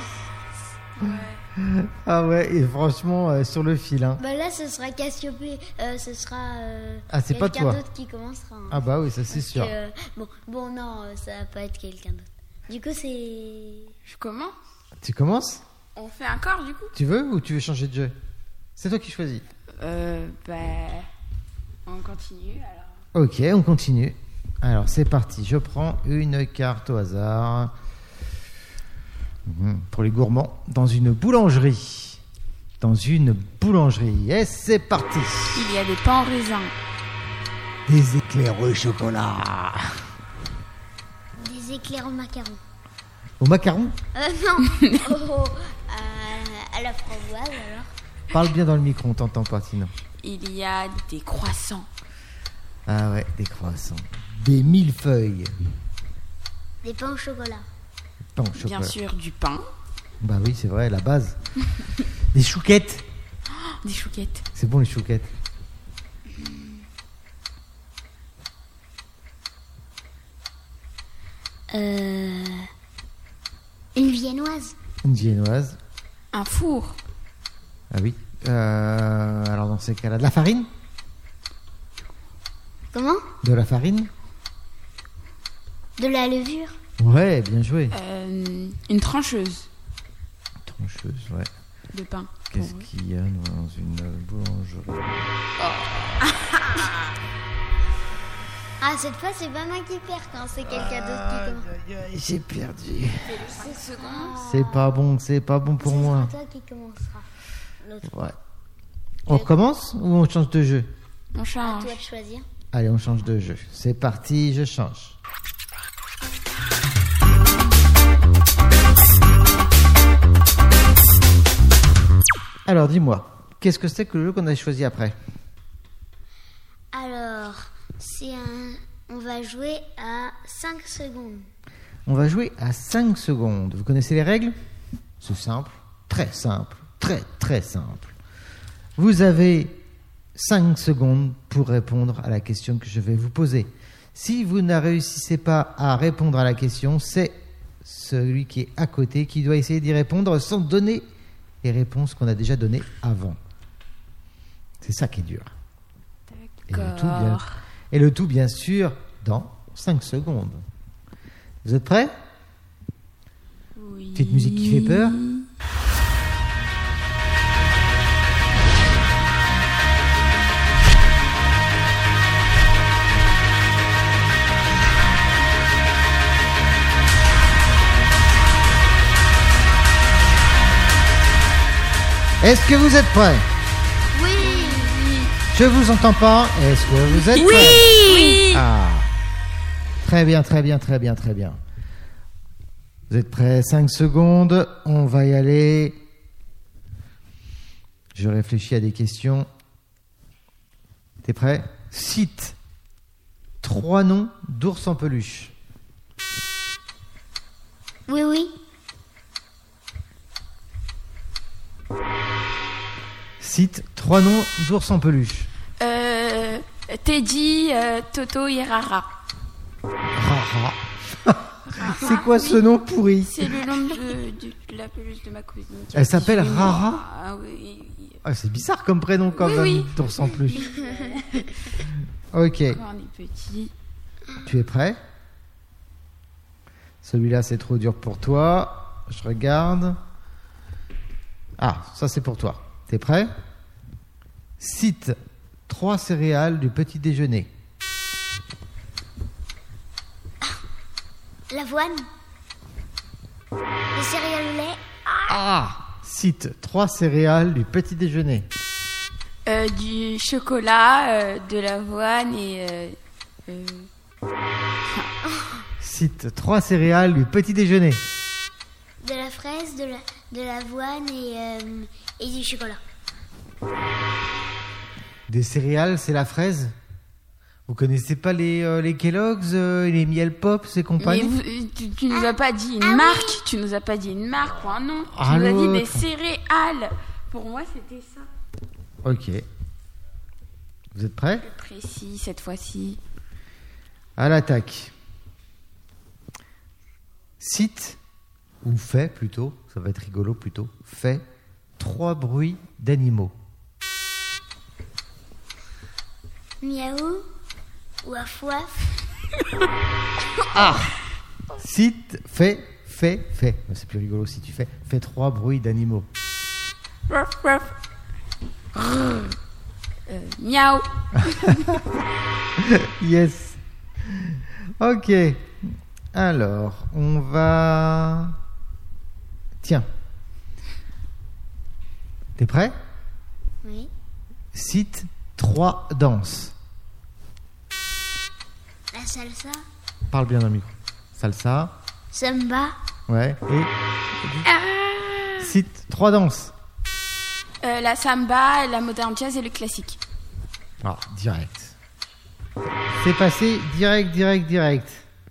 Ah ouais, et franchement, euh, sur le fil. Hein. Bah là, ce sera Cassiopée. Euh, ce sera euh, Ah, c'est pas quelqu'un toi. d'autre qui commencera. hein. Ah bah oui, ça c'est Parce sûr. que, euh, bon, bon, non, euh, ça va pas être quelqu'un d'autre. Du coup, c'est... Je commence. Tu commences? On fait un corps du coup. Tu veux ou tu veux changer de jeu? C'est toi qui choisis. Euh, bah, on continue alors. Ok, on continue. Alors c'est parti, je prends une carte au hasard. Mhm, pour les gourmands, dans une boulangerie. Dans une boulangerie. Et c'est parti. Il y a des pains en raisin. Des éclairs au chocolat. Des éclairs au macaron. Au macaron? Euh, non. oh, oh, à, à la framboise, alors. Parle bien dans le micro, on t'entend pas sinon. Il y a des croissants. Ah ouais, des croissants. Des millefeuilles. Des pains au chocolat. Pain au chocolat. Bien sûr, du pain. Bah oui, c'est vrai, la base. Des chouquettes. Des chouquettes. C'est bon les chouquettes. Euh, une viennoise. Une viennoise. Un four. Ah oui. Euh, alors dans ces cas-là, de la farine. Comment? De la farine. De la levure. Ouais, bien joué. Euh, une trancheuse Trancheuse, ouais. de pain. Qu'est-ce Pour- qu'il y a dans une boulangerie? Ah, cette fois, c'est pas moi qui perds quand c'est quelqu'un d'autre qui commence. Aïe, aïe, j'ai perdu. cinq secondes. C'est pas bon, c'est pas bon pour Ce moi. sera toi qui commencera. L'autre. Ouais. On recommence ou on change de jeu? On À change. toi de choisir. Allez, on change de jeu. C'est parti, je change. Alors, dis-moi, qu'est-ce que c'est que le jeu qu'on a choisi après? Alors, c'est un. On va jouer à cinq secondes. On va jouer à cinq secondes. Vous connaissez les règles? C'est simple, très simple, très très simple. Vous avez cinq secondes pour répondre à la question que je vais vous poser. Si vous ne réussissez pas à répondre à la question, c'est celui qui est à côté qui doit essayer d'y répondre sans donner les réponses qu'on a déjà données avant. C'est ça qui est dur. Et le tout, bien, D'accord. et le tout, bien sûr, dans cinq secondes. Vous êtes prêts? Oui. Petite musique qui fait peur. Est-ce que vous êtes prêts? Oui. Je vous entends pas. Est-ce que vous êtes prêts? Oui. Ah. Très bien, très bien, très bien, très bien. Vous êtes prêts? cinq secondes. On va y aller. Je réfléchis à des questions. T'es prêt? Cite trois noms d'ours en peluche. Oui, oui. Cite trois noms d'ours en peluche. Euh, Teddy, euh, Toto et Rara. Rara. C'est quoi ce nom pourri? C'est le nom de, de- de la peluche de ma cousine. qui Elle est s'appelle chez moi. Rara? Ah oui. Ah, c'est bizarre comme prénom quand Oui, même oui. d'ours en peluche. Ok. Quand on est petit. Tu es prêt? Celui-là, c'est trop dur pour toi. Je regarde. Ah, ça, c'est pour toi. T'es prêt? Cite trois céréales du petit déjeuner. L'avoine. Le céréales au lait. Ah! Cite trois céréales du petit déjeuner. Euh, du chocolat, euh, de l'avoine et... Euh, euh, Cite trois céréales du petit déjeuner. De la fraise, de la, de l'avoine et, euh, et du chocolat. Des céréales, c'est la fraise? Vous connaissez pas les, euh, les Kellogg's, euh, les Miel Pops et Mais compagnie? vous- tu, tu nous as pas dit une marque. Tu nous as pas dit une marque ou un nom. Tu Ah, nous as dit des l'autre. céréales. Pour moi, c'était ça. Ok. Vous êtes prêts? Précis cette fois-ci. À l'attaque. Cite, ou fait plutôt, ça va être rigolo plutôt, fait trois bruits d'animaux. Miaou. Waf waf. Cite, fait, fait, fait. C'est plus rigolo si tu fais, fais trois bruits d'animaux. Ruff, ruff. Euh, miaou. Yes. Ok. Alors, on va... Tiens. T'es prêt? Oui. Cite trois danses. La salsa. Parle bien dans le micro. Salsa. Samba. Ouais. Et cite trois danses. Euh, la samba, la modern jazz et le classique. Ah, direct. C'est passé direct, direct, direct.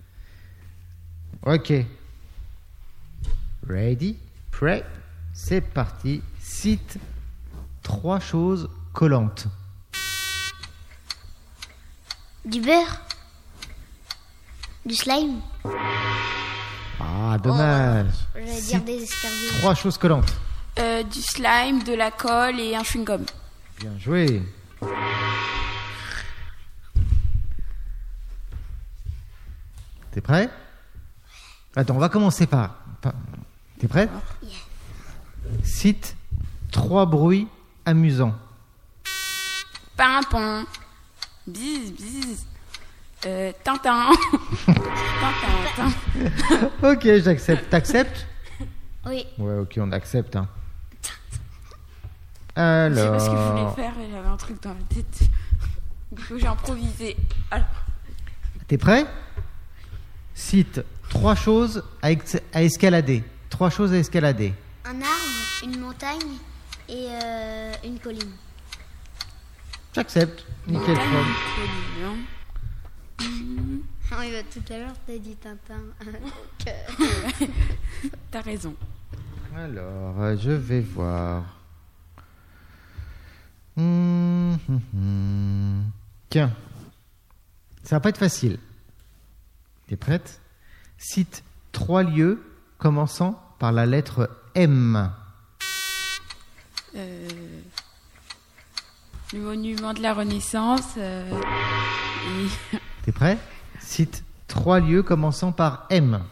Ok. Ready, prêt, c'est parti. Cite trois choses collantes. Du beurre. Du slime. Ah, dommage. Je vais dire Cite des escargots. trois choses collantes. Euh, du slime, de la colle et un chewing-gum. Bien joué. T'es prêt? Attends, on va commencer par... par- T'es prêt? Cite trois bruits amusants. Pimpon. Bise, bise. Euh, Tintin. Tintin. Ok, j'accepte. T'acceptes? Oui. Ouais, ok, on accepte. Hein. Je sais pas ce que je voulais Alors... faire, et j'avais un truc dans la tête. Du coup, j'ai improvisé. Alors, T'es prêt? Cite trois choses à, ex- à escalader. Trois choses à escalader. Un arbre, une montagne et euh, une colline. J'accepte. Nickel montagne, Frog. colline, hein. Ah oui, bah, tout à l'heure, t'as dit Tintin. T'as raison. Alors, euh, je vais voir. Hum, hum, hum. Tiens, ça va pas être facile. T'es prête? Cite trois lieux commençant par la lettre M. Euh, le monument de la Renaissance. Euh, et... T'es prêt? Cite trois lieux commençant par M.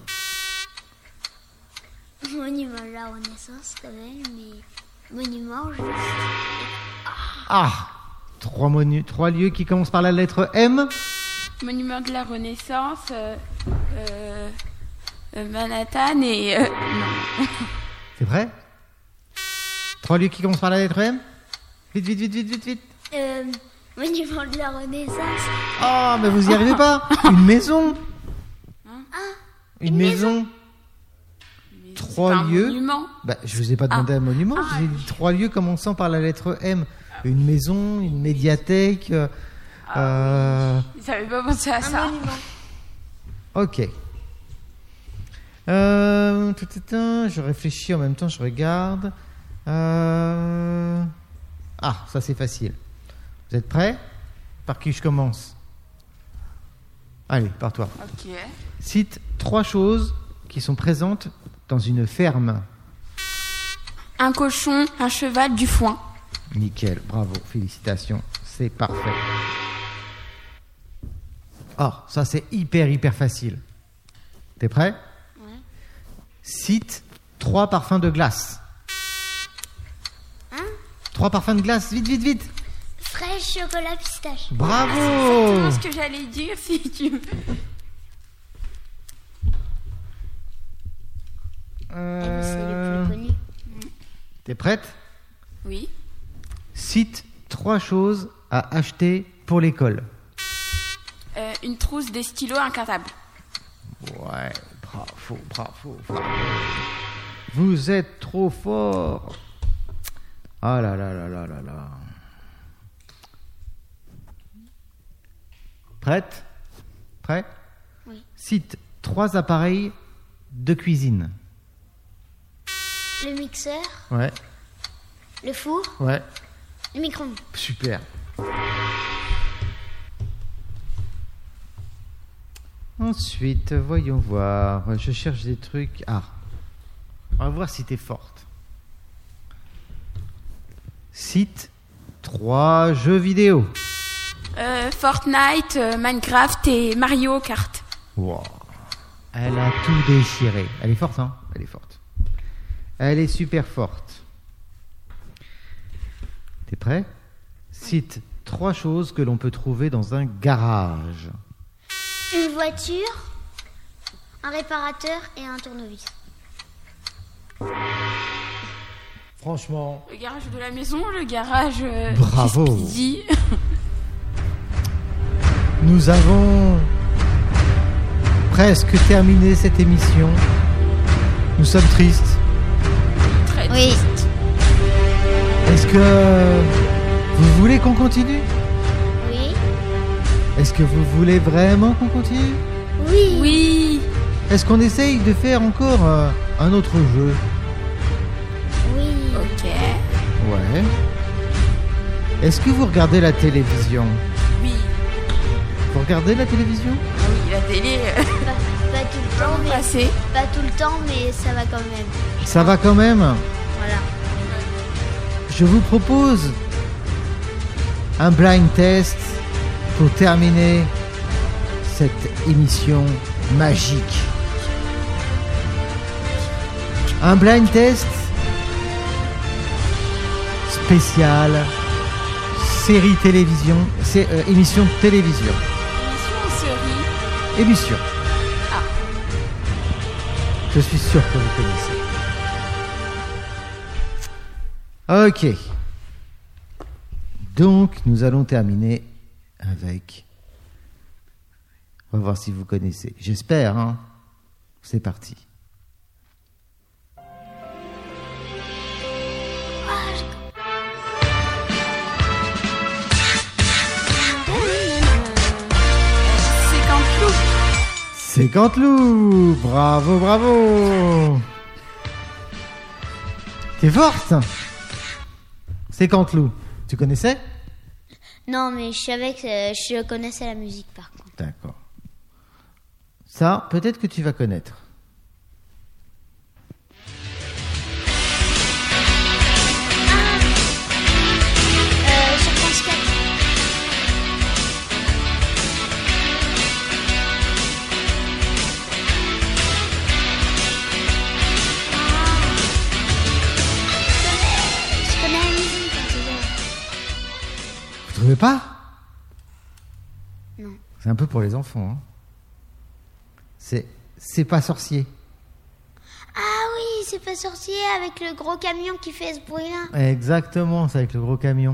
Monument de la Renaissance, quand même, mais monument, je Ah, trois, monu- trois lieux qui commencent par la lettre M. Monument de la Renaissance, euh, euh, euh, Manhattan et... Euh, non. T'es prêt? Trois lieux qui commencent par la lettre M. Vite, vite, vite, vite, vite, vite. Euh, monument de la Renaissance. Oh, mais vous y arrivez pas. Une maison. Hein Une maison. Mais Trois c'est pas un lieux. monument. Bah, je vous ai pas demandé Ah. un monument. Ah. J'ai dit trois lieux commençant par la lettre M. Une maison, une médiathèque. euh, euh, J'avais pas pensé à Un ça. monument. Ok. Euh, tout, tout, tout, je réfléchis en même temps, je regarde. Euh, Ah, ça c'est facile. Vous êtes prêts? Par qui je commence? Allez, par toi. Ok. Cite trois choses qui sont présentes dans une ferme. Un cochon, un cheval, du foin. Nickel, bravo, félicitations, c'est parfait. Oh, ça c'est hyper hyper facile. T'es prêt? Ouais. Cite trois parfums de glace. Hein? Trois parfums de glace, vite vite vite. Fraîche, chocolat, pistache. Bravo. C'est exactement ce que j'allais dire si tu veux. Euh, C'est le plus connu. T'es prête? Oui. Cite trois choses à acheter pour l'école. Euh, une trousse, des stylos, un cartable. Ouais, bravo, bravo, bravo. Vous êtes trop fort. Ah là là là là là là. Prête? Prêt? Oui. Cite trois appareils de cuisine. Le mixeur, Ouais, le four, ouais, le micro-ondes. super. Ensuite, voyons voir. Je cherche des trucs. Ah, on va voir si t'es forte. Cite trois jeux vidéo. Euh, Fortnite, euh, Minecraft et Mario Kart. Wow. Elle a tout déchiré. Elle est forte, hein? Elle est forte. Elle est super forte. T'es prêt? Cite trois choses que l'on peut trouver dans un garage. Une voiture, un réparateur et un tournevis. Franchement, Le garage de la maison, le garage... Euh, Bravo. chez Speedy. nous avons presque terminé cette émission. Nous sommes tristes. Très Oui. triste. Est-ce que vous voulez qu'on continue? Oui. Est-ce que vous voulez vraiment qu'on continue? Oui. Oui. Est-ce qu'on essaye de faire encore euh, un autre jeu? Oui. Ok. Ouais. Est-ce que vous regardez la télévision? Oui. Vous regardez la télévision? Ah oui, la télé... Euh, Pas, pas tout le temps, mais passé. pas tout le temps, mais ça va quand même. Ça va quand même? Voilà. Je vous propose un blind test pour terminer cette émission magique. Un blind test spécial série télévision, c'est euh, émission de télévision. Émission ou série? Émission. Ah. Je suis sûr que vous connaissez. Ok. Donc, nous allons terminer euh, avec. On va voir si vous connaissez. J'espère, hein. C'est parti. C'est Canteloup. C'est Canteloup. Bravo, bravo. T'es forte. C'est Canteloup. Tu connaissais? Non, mais je savais que euh, je connaissais la musique par contre. D'accord. Ça, peut-être que tu vas connaître. Euh, sur France quatre. Je connais la musique, hein, c'est bon. Vous trouvez pas? Non. C'est un peu pour les enfants. Hein. C'est c'est pas sorcier. Ah oui, c'est pas sorcier avec le gros camion qui fait ce bruit-là. Exactement, c'est avec le gros camion.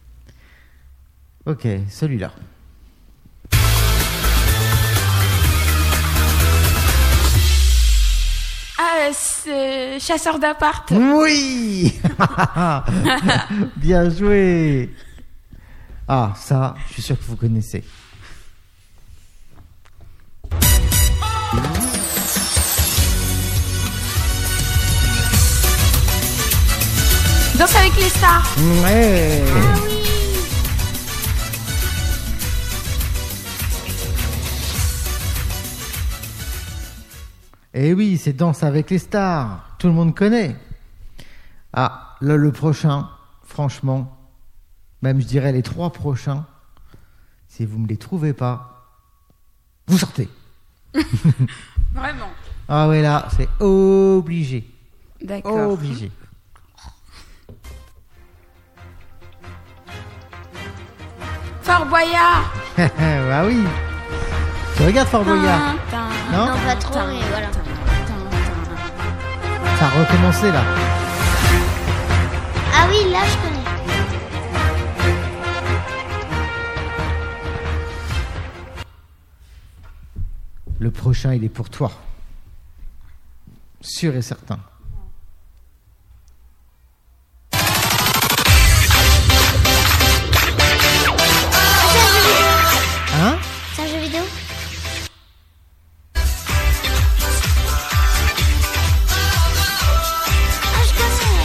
Ok, celui-là. Ah, c'est chasseur d'appart. Oui. Bien joué. Ah, ça, je suis sûr que vous connaissez. Danse avec les stars. Ouais. Ah oui. Eh oui, c'est Danse avec les stars. Tout le monde connaît. Ah, là, le prochain, franchement, même je dirais les trois prochains, si vous ne me les trouvez pas, vous sortez. Vraiment. Ah ouais, là, c'est obligé. D'accord. Obligé. Fort Boyard. Bah oui. Tu regardes Fort Boyard. Non, Non, pas trop, mais voilà. Ça a recommencé là. Ah oui, là, je connais. Le prochain, il est pour toi. Sûr et certain. Hein? C'est un jeu vidéo? Ah, je connais.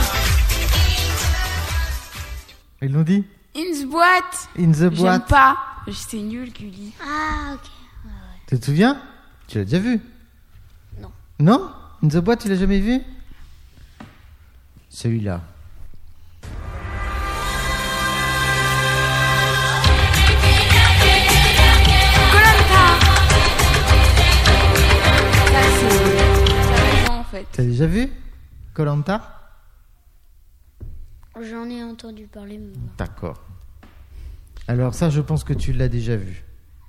Ils l'ont dit? In the boîte. In the J'aime boîte. pas. C'est nul, Gulli. Ah, ok. Tu te souviens? Tu l'as déjà vu? Non. Non? In the boîte, tu l'as jamais vu? Celui-là. Koh-Lanta. Ça, c'est... T'as raison, en fait. T'as déjà vu? Koh-Lanta? J'en ai entendu parler, mais bon. D'accord. Alors ça, je pense que tu l'as déjà vu.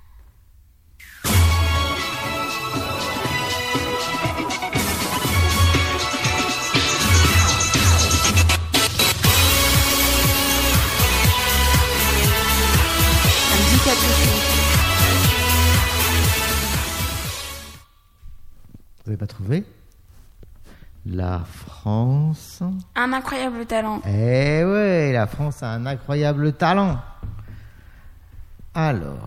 Ça me dit quelque chose. Vous n'avez pas trouvé? La France. Un incroyable talent. Eh ouais, la France a un incroyable talent. Alors,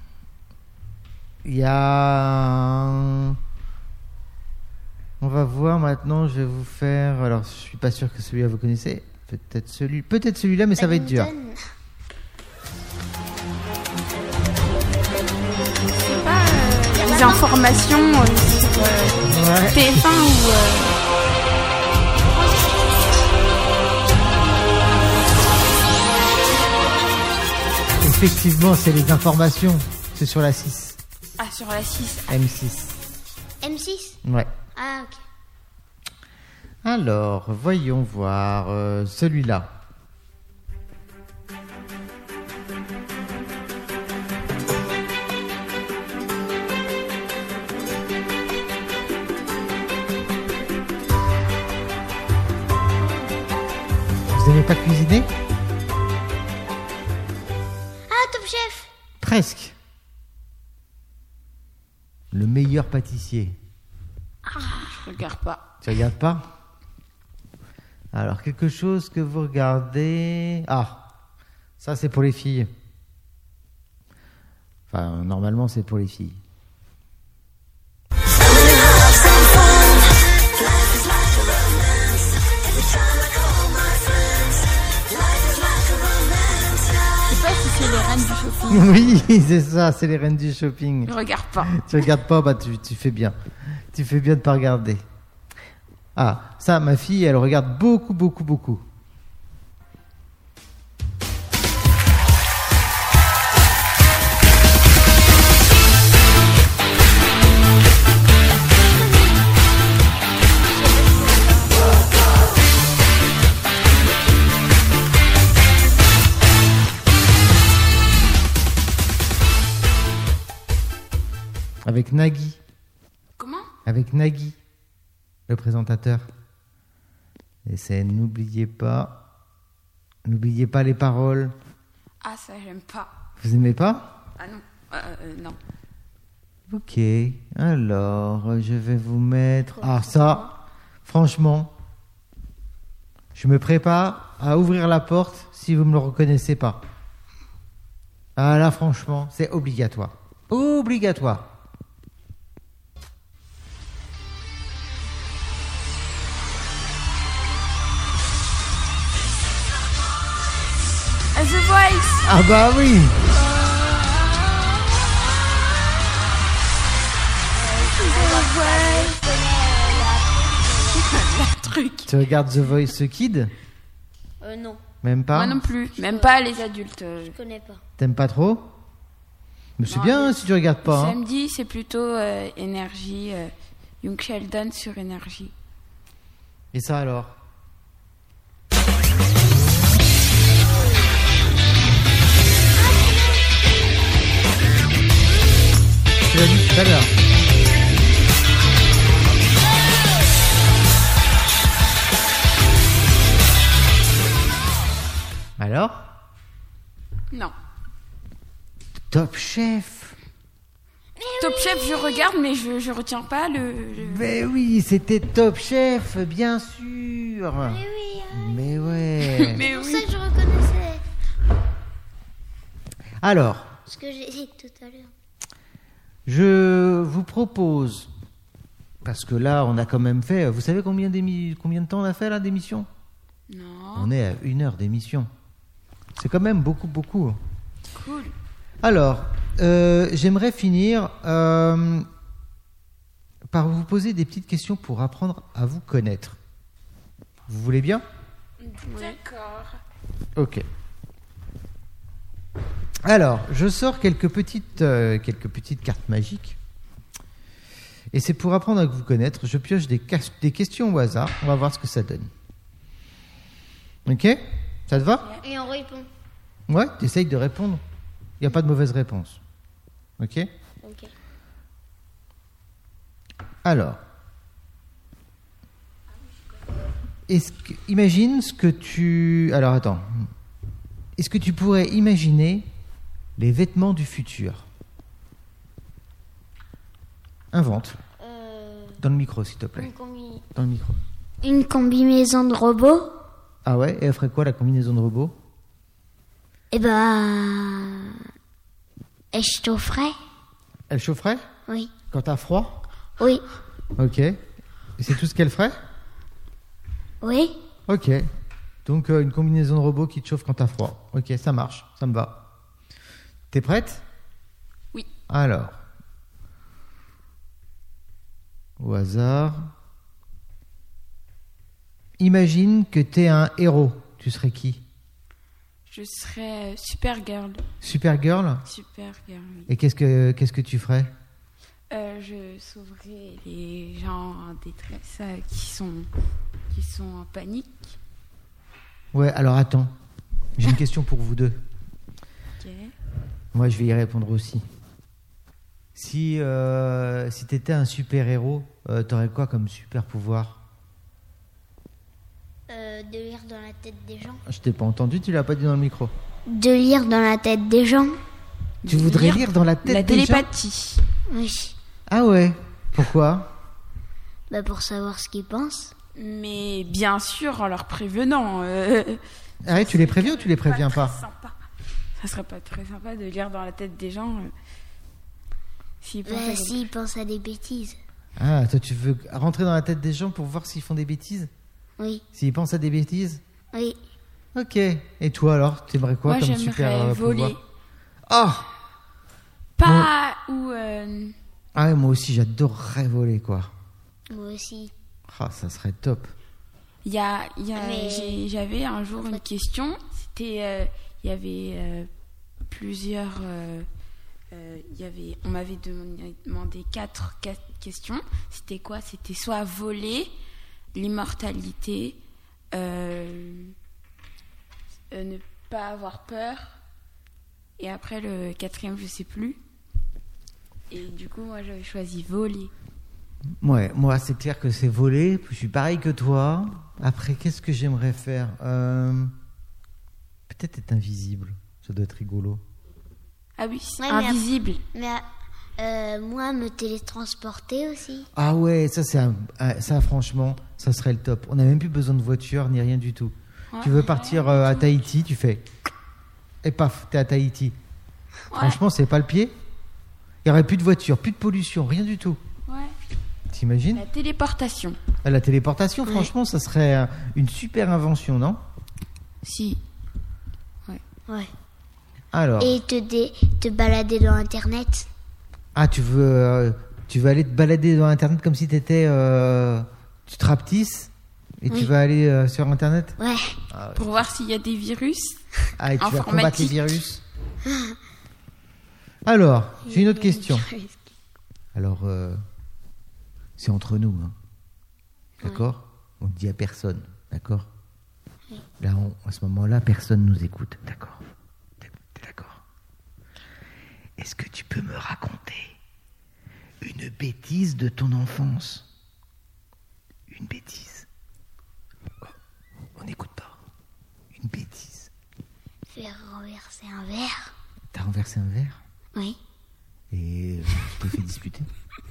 il y a... un- On va voir maintenant, je vais vous faire... Alors, je suis pas sûr que celui-là vous connaissez. Peut-être celui... Peut-être celui-là, mais ça va être dur. Badminton. C'est pas euh, des informations euh, sur euh, Ouais. T F un ou... euh, Effectivement, c'est les informations. C'est sur la six. Ah, sur la six. M six. M six? Ouais. Ah, ok. Alors, voyons voir euh, celui-là. Vous n'aimez pas cuisiner? Ah, Top Chef! presque. Le meilleur pâtissier. Je regarde pas. Tu regardes pas? Alors, quelque chose que vous regardez... Ah, ça c'est pour les filles. Enfin, normalement c'est pour les filles. C'est les reines du shopping. Oui, c'est ça, c'est les reines du shopping. Je regarde pas. Tu regardes pas, bah tu, tu fais bien. Tu fais bien de pas regarder. Ah, ça, ma fille, elle regarde beaucoup, beaucoup, beaucoup. Avec Nagui. Comment? Avec Nagui, le présentateur. Et c'est n'oubliez pas, n'oubliez pas les paroles. Ah, ça, j'aime pas. Vous aimez pas? Ah non, euh, euh, non. Ok, alors je vais vous mettre... Ah ça, franchement, je me prépare à ouvrir la porte si vous ne me le reconnaissez pas. Ah là, franchement, c'est obligatoire. Obligatoire. The Voice. Ah bah oui. Le truc. Tu regardes The Voice Kid? Euh, non, Même pas? Moi non plus. Même pas les adultes. je connais pas. T'aimes pas trop? Mais c'est Non, bien mais si tu regardes pas. Hein. Samedi, c'est plutôt euh, énergie. Euh, Young Sheldon sur énergie. Et ça alors? Tu l'as dit tout à l'heure. Alors? Non. Top Chef. Top Chef, je regarde, mais je, je retiens pas le. le- Mais oui, c'était Top Chef, bien sûr. Mais oui, hein. Mais ouais. Mais c'est pour oui. ça que je reconnaissais Alors, ce que j'ai dit tout à l'heure. je vous propose, parce que là, on a quand même fait. Vous savez combien, d'émi- combien de temps on a fait là d'émission? Non. On est à une heure d'émission. C'est quand même beaucoup, beaucoup. Cool. Alors, euh, j'aimerais finir euh, par vous poser des petites questions pour apprendre à vous connaître. Vous voulez bien? D'accord. Ok. Alors, je sors quelques petites, euh, quelques petites cartes magiques. Et c'est pour apprendre à vous connaître. Je pioche des, cas- des questions au hasard. On va voir ce que ça donne. Ok? Ça te va? Et on répond. Ouais, tu essayes de répondre. Il n'y a pas de mauvaise réponse. Ok? Ok. Alors, est-ce que, imagine ce que tu... Alors, attends. Est-ce que tu pourrais imaginer les vêtements du futur? Invente. Euh, Dans le micro, s'il te plaît. une, combi- Dans le micro. une combinaison de robot. Ah ouais? Et elle ferait quoi, la combinaison de robots? Eh ben, elle chaufferait. Elle chaufferait? Oui. Quand t'as froid? Oui. Ok. Et c'est tout ce qu'elle ferait? Oui. Ok. Donc, euh, une combinaison de robots qui te chauffe quand t'as froid. Ok, ça marche. Ça me va. T'es prête? Oui. Alors. Au hasard. Imagine que t'es un héros. Tu serais qui? Je serais Supergirl. Supergirl? Supergirl, oui. Et qu'est-ce que, qu'est-ce que tu ferais? Euh, je sauverai les gens en détresse euh, qui sont qui sont en panique. Ouais, alors attends. J'ai une question pour vous deux. Ok. Moi, je vais y répondre aussi. Si, euh, si t'étais un super-héros, euh, t'aurais quoi comme super-pouvoir? Euh, de lire dans la tête des gens. Je t'ai pas entendu, tu l'as pas dit dans le micro. De lire dans la tête des gens. Tu voudrais lire, lire dans la tête la des gens ? télépathie. Oui. Ah ouais. Pourquoi ? Bah pour savoir ce qu'ils pensent. Mais bien sûr, en leur prévenant. Euh, Ah ouais, tu les préviens ou tu les préviens pas, pas ? très sympa. Ça serait pas très sympa de lire dans la tête des gens. Euh, s'ils pensent Bah à- s'ils pensent à des bêtises. Ah, toi tu veux rentrer dans la tête des gens pour voir s'ils font des bêtises ? Oui. S'ils pensent à des bêtises ? Oui. Ok. Et toi alors, t'aimerais quoi Moi, comme j'aimerais super euh, voler. pouvoir ? Oh ! Pas ou. euh, Ah ouais, moi aussi j'adorerais voler quoi. Moi aussi. Ah, ça serait top. Il y a, il y a- Mais- j'ai- j'avais un jour une question. C'était, euh, il y avait euh, plusieurs. euh, euh, il y avait, on m'avait demandé, demandé quatre, quatre questions. C'était quoi ? C'était soit voler, l'immortalité, euh, euh, ne pas avoir peur, et après le quatrième, je sais plus. Et du coup, moi, j'avais choisi voler. Ouais, moi c'est clair que c'est voler. Je suis pareil que toi. Après, qu'est-ce que j'aimerais faire euh... Peut-être être invisible. Ça doit être rigolo. Ah oui, c'est Ouais, mais invisible. Mais euh, moi, me télétransporter aussi. Ah ouais, ça c'est un... ah, ça franchement, ça serait le top. On n'a même plus besoin de voiture ni rien du tout. Ouais, tu veux ouais, partir ouais, euh, à tout. Tahiti, tu fais et paf, t'es à Tahiti. Ouais. Franchement, c'est pas le pied. Il y aurait plus de voiture, plus de pollution, rien du tout. Ouais. T'imagines ? La téléportation. Ah, la téléportation, Ouais. franchement, ça serait euh, une super invention, non ? Si. Ouais. Alors, Et te, dé- te balader dans Internet. ah, tu veux, euh, tu veux aller te balader dans Internet comme si t'étais, euh, tu te rapetisses et tu Oui. vas aller euh, sur Internet. Ouais. Ah, ouais. Pour voir s'il y a des virus. Ah, et tu vas informatique. combattre les virus. Alors, j'ai une autre question. Alors, euh, c'est entre nous, hein. D'accord ? On ne dit à personne, d'accord ? Là, on- à ce moment-là, personne nous écoute, d'accord ? T'es t'es d'accord ? Est-ce que tu peux me raconter une bêtise de ton enfance ? Une bêtise. Oh, on n'écoute pas. Une bêtise. Faire renverser un verre. T'as renversé un verre Oui. et euh, tu t'es fait disputer ?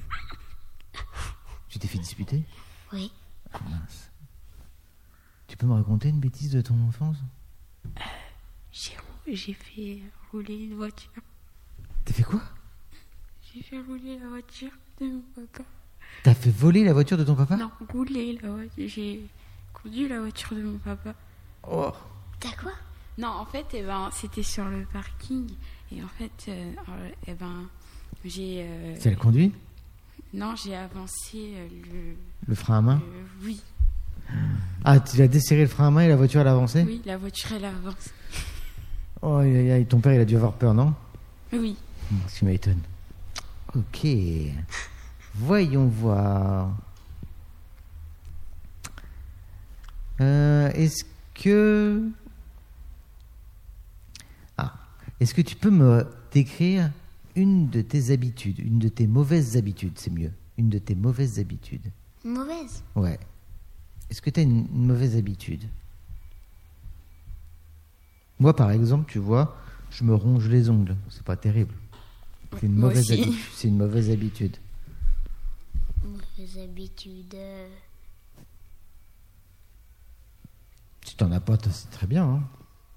Tu t'es fait disputer ? Oui. Ah, mince. Tu peux me raconter une bêtise de ton enfance ? J'ai, j'ai fait rouler une voiture. T'as fait quoi ? J'ai fait rouler la voiture de mon papa. T'as fait voler la voiture de ton papa ? Non, rouler la voiture. J'ai conduit la voiture de mon papa. Oh. T'as quoi? Non, en fait, eh ben, c'était sur le parking. Et en fait, euh, euh, eh ben, j'ai... euh, C'est le conduit ? non, j'ai avancé euh, le... Le frein à main ? le- oui, Ah, tu as desserré le frein à main et la voiture elle a avancé ? oui, la voiture, elle avance. Oh, aïe, aïe, aïe, ton père il a dû avoir peur, non ? Oui. Tu m'étonnes. Ok. Voyons voir. Euh, est-ce que... Ah. Est-ce que tu peux me décrire une de tes habitudes, une de tes mauvaises habitudes, c'est mieux. Une de tes mauvaises habitudes. Mauvaise. Ouais. Est-ce que tu as une, une mauvaise habitude ? Moi, par exemple, tu vois, je me ronge les ongles. C'est pas terrible. C'est une Moi mauvaise aussi. habitude. C'est une mauvaise habitude. Mauvaise habitude. euh, Si t'en as pas, toi, c'est très bien. Hein.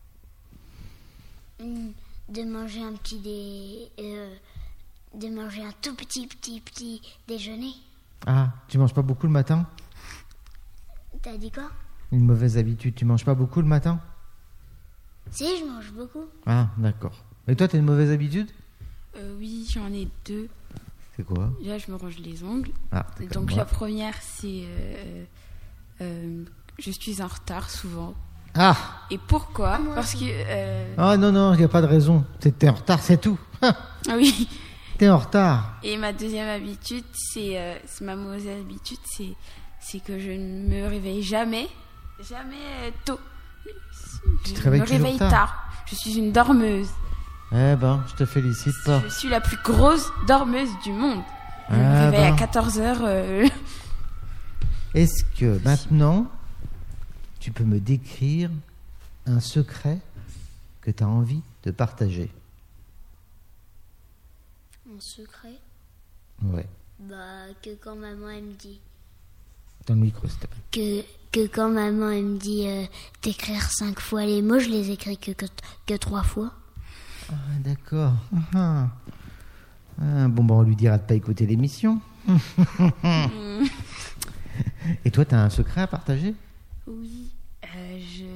hmm, De manger un petit dé... euh, de manger un tout petit, petit, petit déjeuner. Ah, tu manges pas beaucoup le matin ? T'as dit quoi? Une mauvaise habitude. Tu manges pas beaucoup le matin ? Si, je mange beaucoup. Ah, d'accord. Et toi, t'as une mauvaise habitude ? Euh, oui, j'en ai deux. C'est quoi ? Là, je me ronge les ongles. Ah, t'es comme Donc, moi. la première, c'est... euh, euh, je suis en retard souvent. Ah Et pourquoi? moi Parce que... euh, Ah non, non, il n'y a pas de raison. T'es t'es en retard, c'est tout. Ah, Ah oui. t'es en retard. Et ma deuxième habitude, c'est... euh, c'est ma mauvaise habitude, c'est, c'est que je ne me réveille jamais. Jamais euh, tôt. Tu Je te réveilles me toujours réveille tard. tard. Je suis une dormeuse. Eh ben, je te félicite pas. Je suis la plus grosse dormeuse du monde. Je me Ah réveille ben. à quatorze heures. euh, Est-ce que maintenant, tu peux me décrire un secret que tu as envie de partager ? Un secret? Ouais. Bah, que quand maman, elle me dit... Dans le micro, s'il te plaît. Que, que quand maman, elle me dit euh, d'écrire cinq fois les mots, je les écris que, que, que trois fois. Ah, d'accord. Ah. Ah, bon, bah, on lui dira de pas écouter l'émission. Et toi, t'as un secret à partager? Oui, euh, je...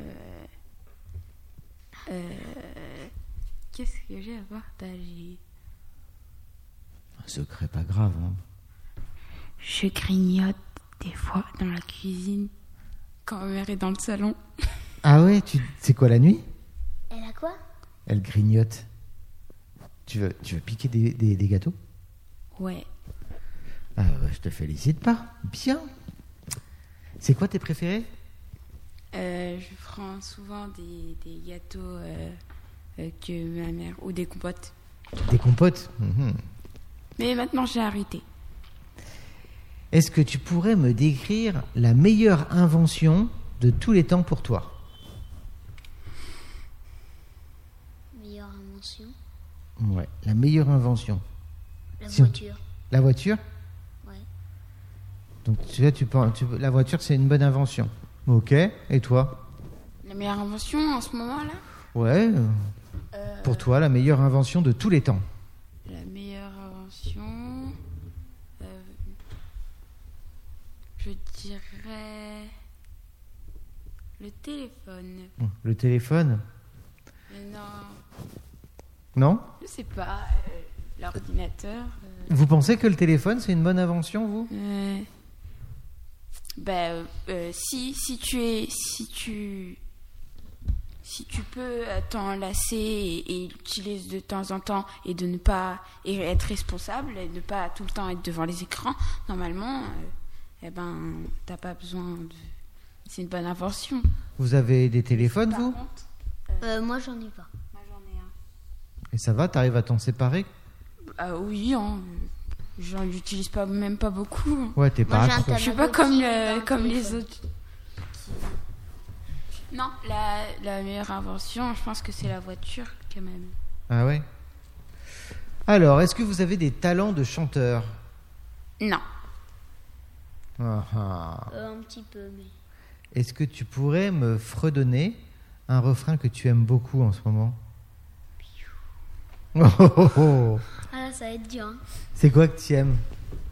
Euh... Qu'est-ce que j'ai à partager? Un secret pas grave, hein. Je grignote des fois dans la cuisine quand ma mère est dans le salon. Ah ouais, tu... c'est quoi la nuit? Elle a quoi? Elle grignote. Tu veux, tu veux piquer des, des, des gâteaux? Ouais. Ah ouais, je te félicite pas. Bien. C'est quoi tes préférés? Euh, je prends souvent des, des gâteaux euh, euh, que ma mère... Ou des compotes. Des compotes? Mmh. Mais maintenant, j'ai arrêté. Est-ce que tu pourrais me décrire la meilleure invention de tous les temps pour toi? Meilleure invention? Ouais, la meilleure invention. La Si on- voiture. La voiture? Ouais. Donc tu vois, tu penses, tu- la voiture, c'est une bonne invention. Ok, et toi? La meilleure invention en ce moment-là? Ouais, euh, Euh, pour toi, la meilleure invention de tous les temps. La meilleure invention... euh, je dirais... Le téléphone. Le téléphone? Mais non, Non? je sais pas. euh, L'ordinateur... euh, Vous pensez que le téléphone, c'est une bonne invention, vous? Euh, ben, euh, si, si tu es, si tu, si tu peux euh, t'en lasser et, et l'utiliser de temps en temps et de ne pas et être responsable et ne pas tout le temps être devant les écrans, normalement, euh, eh ben, t'as pas besoin de. C'est une bonne invention. Vous avez des téléphones, Par vous? contre, Euh, moi, j'en ai pas. moi j'en ai un. Et ça va, t'arrives à t'en séparer? Ah oui, hein, j'en utilise pas même pas beaucoup. Ouais, t'es Moi, pas j'ai un accro. Je suis pas Tamagotchi comme, dans le- le comme les téléphone. autres. Non, la, la meilleure invention, je pense que c'est la voiture quand même. Ah ouais? Alors, est-ce que vous avez des talents de chanteur? Non. Ah, ah. Euh, un petit peu, mais... Est-ce que tu pourrais me fredonner un refrain que tu aimes beaucoup en ce moment? Oh, oh, oh. Ah là, ça va être dur, hein. C'est quoi que tu aimes?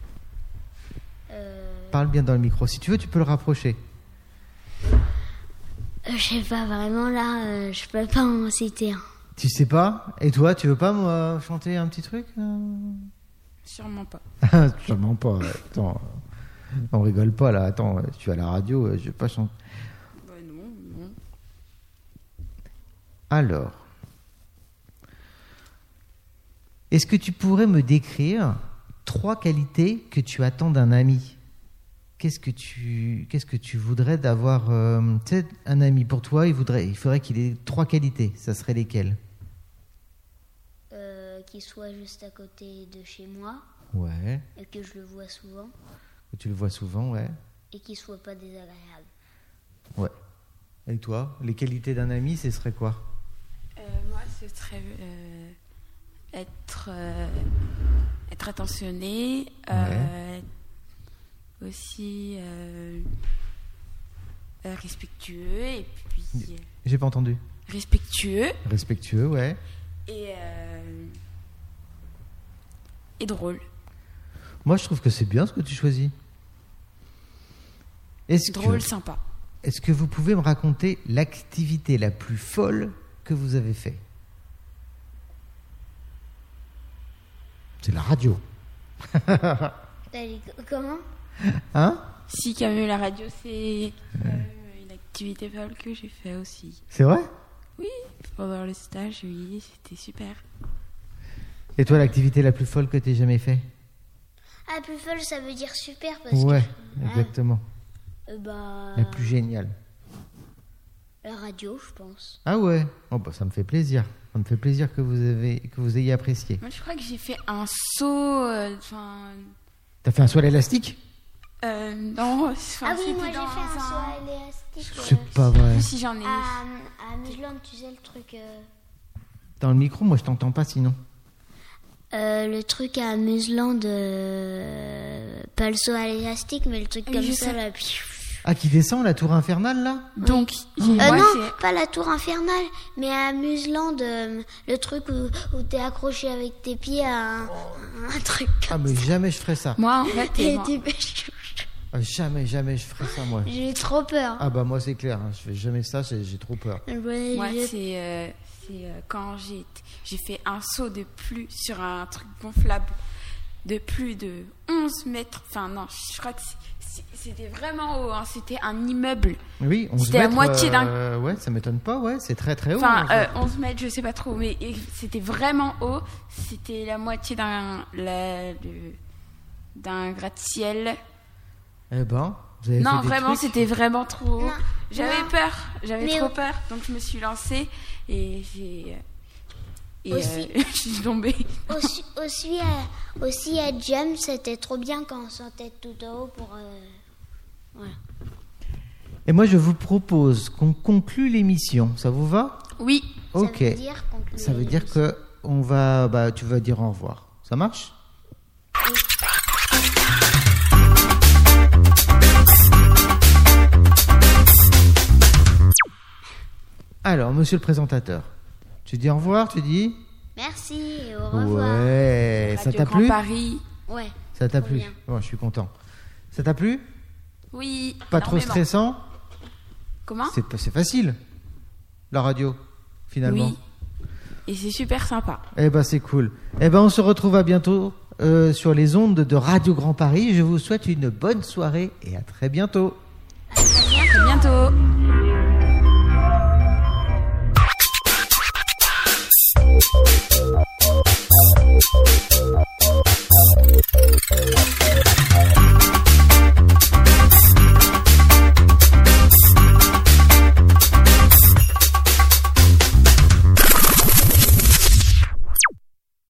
Euh... Parle bien dans le micro. Si tu veux, tu peux le rapprocher. euh, je sais pas, vraiment, là, euh, je peux pas en citer un. Tu sais pas? Et toi, tu veux pas moi chanter un petit truc? Sûrement pas. Sûrement pas. Attends, on rigole pas là. Attends, je suis à la radio, je vais pas chanter. Bah non, non. Alors, est-ce que tu pourrais me décrire trois qualités que tu attends d'un ami? Qu'est-ce que tu, qu'est-ce que tu voudrais d'avoir euh, tu sais, un ami pour toi, il, voudrait, il faudrait qu'il ait trois qualités. Ça serait lesquelles? Euh, qu'il soit juste à côté de chez moi, Ouais. et que je le vois souvent, Tu le vois souvent, ouais. et qu'il soit pas désagréable. Ouais. Et toi, les qualités d'un ami, ce serait quoi? Euh, moi, ce serait euh, être, euh, être attentionné, euh, aussi euh, euh, respectueux, et puis euh, J'ai pas entendu. respectueux Respectueux, ouais. et, euh, et drôle. Moi, je trouve que c'est bien ce que tu choisis. Est-ce Drôle, que, sympa. est-ce que vous pouvez me raconter l'activité la plus folle que vous avez fait? C'est la radio. T'as dit co- comment? Hein? Si, quand même, la radio, c'est euh, une activité folle que j'ai fait aussi. C'est vrai? Pendant le stage, oui, c'était super. Et toi, l'activité la plus folle que tu aies jamais fait? Ah, plus folle, ça veut dire super, parce Ouais, que... exactement. Ah, euh, bah... La plus géniale. La radio, je pense. Ah ouais? Oh bah ça me fait plaisir. Ça me fait plaisir que vous avez que vous ayez apprécié. Moi, je crois que j'ai fait un saut. Enfin. T'as fait un saut à l'élastique? Euh, non. enfin, Ah oui, c'était moi j'ai dans fait un saut à élastique. C'est euh, pas vrai. Si j'en ai. À, à Midland, tu sais, le truc... euh, Dans le micro, moi je t'entends pas sinon. Euh, le truc à muselant de... Pas le saut à l'élastique, mais le truc Oui, comme je ça, sais. là. Ah, qui descend, la tour infernale, là? Donc, j'ai Euh, moi, non, c'est- pas la tour infernale, mais à Museland, euh, le truc où, où t'es accroché avec tes pieds à un, un truc Ah, comme mais jamais je ferai ça. moi, en fait, Et moi- tu- Ah, jamais, jamais je ferai ça, moi. J'ai trop peur. Ah, bah, moi, c'est clair, hein, je fais jamais ça, j'ai j'ai trop peur. Ouais, moi, je- c'est euh, c'est, euh, quand j'ai j'ai fait un saut de plus sur un truc gonflable de plus de onze mètres. Enfin, non, je crois que c'est- c'est- c'était vraiment haut. Hein, c'était un immeuble. Oui, on se C'était la moitié d'un- euh, Ouais, ça m'étonne pas, ouais, c'est très très haut. Enfin, hein, euh, onze mètres, je sais pas trop, mais et c'était vraiment haut. C'était la moitié d'un la- le- d'un gratte-ciel. Eh ben, vous avez fait Non, des vraiment, trucs. c'était vraiment trop haut. Non, J'avais non. peur, j'avais Mais trop au- peur, donc je me suis lancée et j'ai et Aussi- euh, je suis tombée. Aussi, aussi, à, aussi à Jump, c'était trop bien quand on sortait tout en haut pour... euh, Voilà. Et moi, je vous propose qu'on conclue l'émission. Ça vous va? Oui, Ok. Ça veut dire, conclure Ça veut dire l'émission. que on va, bah, tu vas dire au revoir. Ça marche? Alors, monsieur le présentateur, tu dis au revoir, tu dis? Merci et au revoir. Ouais, ça Radio t'a Grand plu? Paris. Ouais. Ça t'a Trop plu? bien. Bon, je suis content. Ça t'a plu? Oui. Pas trop énormément. stressant? Comment? C'est c'est facile, la radio, finalement. Oui. Et c'est super sympa. Eh ben, c'est cool. Eh ben, on se retrouve à bientôt euh, sur les ondes de Radio Grand Paris. Je vous souhaite une bonne soirée et à très bientôt. À très bientôt. À bientôt.